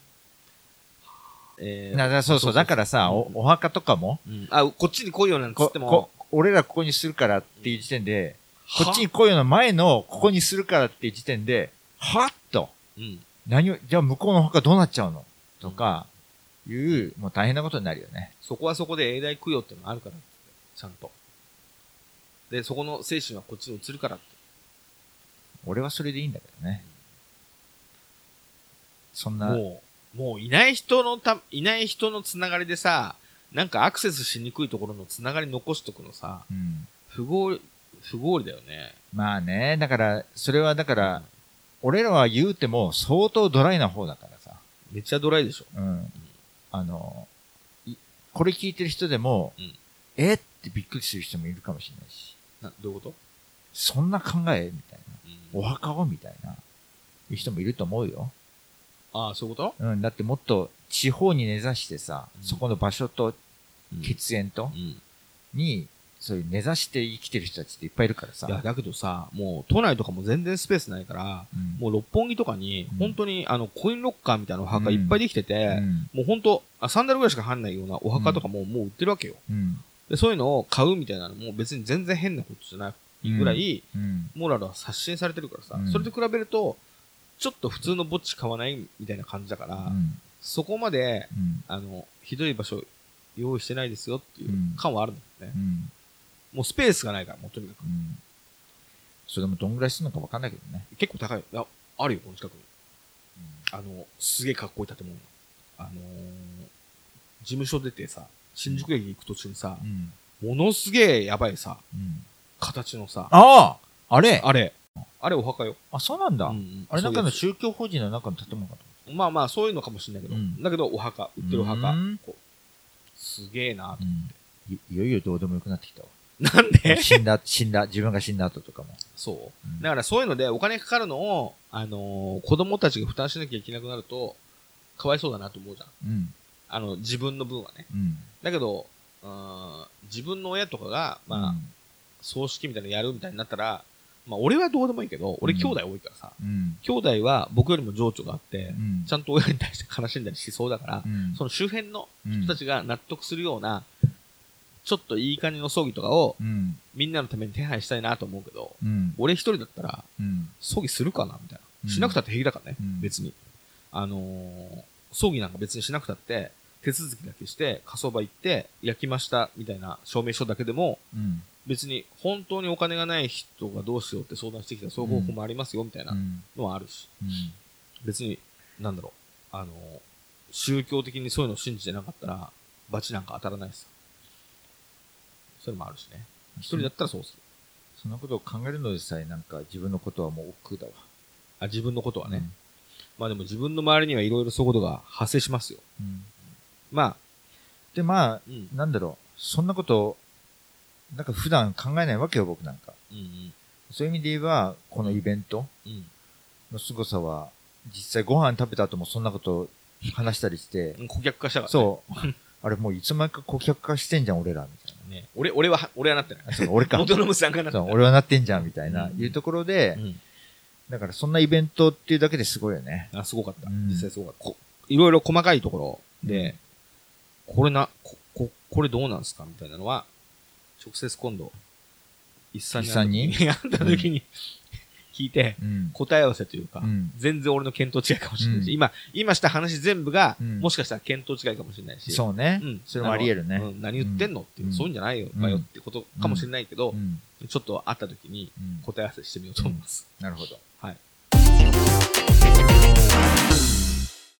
えー、だそうそう、だからさ、うん、お、お墓とかも、 うん、あ、こっちに来いよなんつってもここ、俺らここにするからっていう時点で、うん、こっちに来いよの前のここにするからっていう時点で、はっと、うん、何を、じゃあ向こうの墓どうなっちゃうのとか、 いう、もう大変なことになるよね。 そこはそこで永代供養っていうのがあるからって、ちゃんと。で、そこの精神はこっちに移るからって。 俺はそれでいいんだけどね。そんな。 もう、もういない人のた、いない人のつながりでさ、なんかアクセスしにくいところのつながり残しとくのさ、うん、不合、不合理だよね。 まあね、だから、それはだから、うん、俺らは言うても相当ドライな方だからさ。 めっちゃドライでしょ。 うん。うん、あの、これ聞いてる人でも、うん、えってびっくりする人もいるかもしれないし。 な、どういうこと？ そんな考えみたいな。うん、お墓をみたいな。いう人もいると思うよ。 ああ、そういうこと？うん。だってもっと地方に根ざしてさ、うん、そこの場所と血縁と、うん、に、そういう根ざして生きてる人たちっていっぱいいるからさ。 いや、だけどさ、もう都内とかも全然スペースないから、うん、もう六本木とかに、本当にあのコインロッカーみたいなお墓いっぱいできてて、うん、もう本当あ、サンダルぐらいしか入んないようなお墓とかも、うん、もう売ってるわけよ、うん。で。そういうのを買うみたいなのも別に全然変なことじゃないぐらい、うん、モラルは刷新されてるからさ、うん、それと比べると、ちょっと普通の墓地買わないみたいな感じだから、うん、そこまで、うん、あの、ひどい場所用意してないですよっていう感はあるんだよね。うん、もうスペースがないから、もうとにかく。うん、 それでもどんぐらいするのか分かんないけどね。 結構高い。あ、あるよ、この近くに。うん、あの、すげえかっこいい建物。あのー、事務所出てさ、新宿駅行く途中にさ、うん、ものすげえやばいさ、うん、形のさ。 あああれあれ。あれお墓よ。 あ、そうなんだ。うんうん、あれなんかの宗教法人の中の建物かと。 まあまあ、そういうのかもしれないけど、うん、だけどお墓、売ってるお墓。こうすげえなと思って、 うんい。いよいよどうでもよくなってきたわ。 なんで死んだ、死んだ、自分が死んだ後とかも。 そう。うん、だからそういうのでお金かかるのを、あのー、子供たちが負担しなきゃいけなくなると、かわいそうだなと思うじゃん。うん、あの、自分の分はね。うん、だけど、自分の親とかが、まあ、うん、葬式みたいなのやるみたいになったら、まあ俺はどうでもいいけど、俺兄弟多いからさ、うん、兄弟は僕よりも情緒があって、うん、ちゃんと親に対して悲しんだりしそうだから、うん、その周辺の人たちが納得するような、ちょっといい感じの葬儀とかを、うん、みんなのために手配したいなと思うけど、うん、俺一人だったら、うん、葬儀するかなみたいな。しなくたって平気だからね、うん、別に。あのー、葬儀なんか別にしなくたって、手続きだけして、火葬場行って、焼きましたみたいな証明書だけでも、うん別に本当にお金がない人がどうしようって相談してきたそういう方法もありますよみたいなのはあるし、うんうん、別になんだろうあの宗教的にそういうのを信じてなかったら罰なんか当たらないしさそれもあるしね一人だったらそうするそんなことを考えるのでさえなんか自分のことはもう億劫だわあ自分のことはね、うん、まあでも自分の周りにはいろいろそういうことが発生しますよ、うん、まあでまあ、うん、なんだろうそんなことなんか普段考えないわけよ、僕なんか。うんうん、そういう意味で言えば、このイベントの凄さは、実際ご飯食べた後もそんなこと話したりして。 顧客化したからね。 そう。あれもういつまでか顧客化してんじゃん、俺ら、みたいな。 ね。俺、俺は、俺はなってない。 そう、俺か。 元のさんがなってない。 俺はなってんじゃん、みたいな、いうところで、うん、だからそんなイベントっていうだけですごいよね。 あ、すごかった。うん、実際すごかった。こいろいろ細かいところで、うん、これな、こ、こ、これどうなんですかみたいなのは、直接今度、一さんに会った時に聞いて、答え合わせというか、うん、全然俺の見当違いかもしれないし、うん、今、今した話全部が、うん、もしかしたら見当違いかもしれないし、 そうね。うん、それもあり得るね。 うん、何言ってんのっていう、そういうんじゃないよ、まあよってことかもしれないけど、ちょっと会った時に答え合わせしてみようと思います。 なるほど。 はい。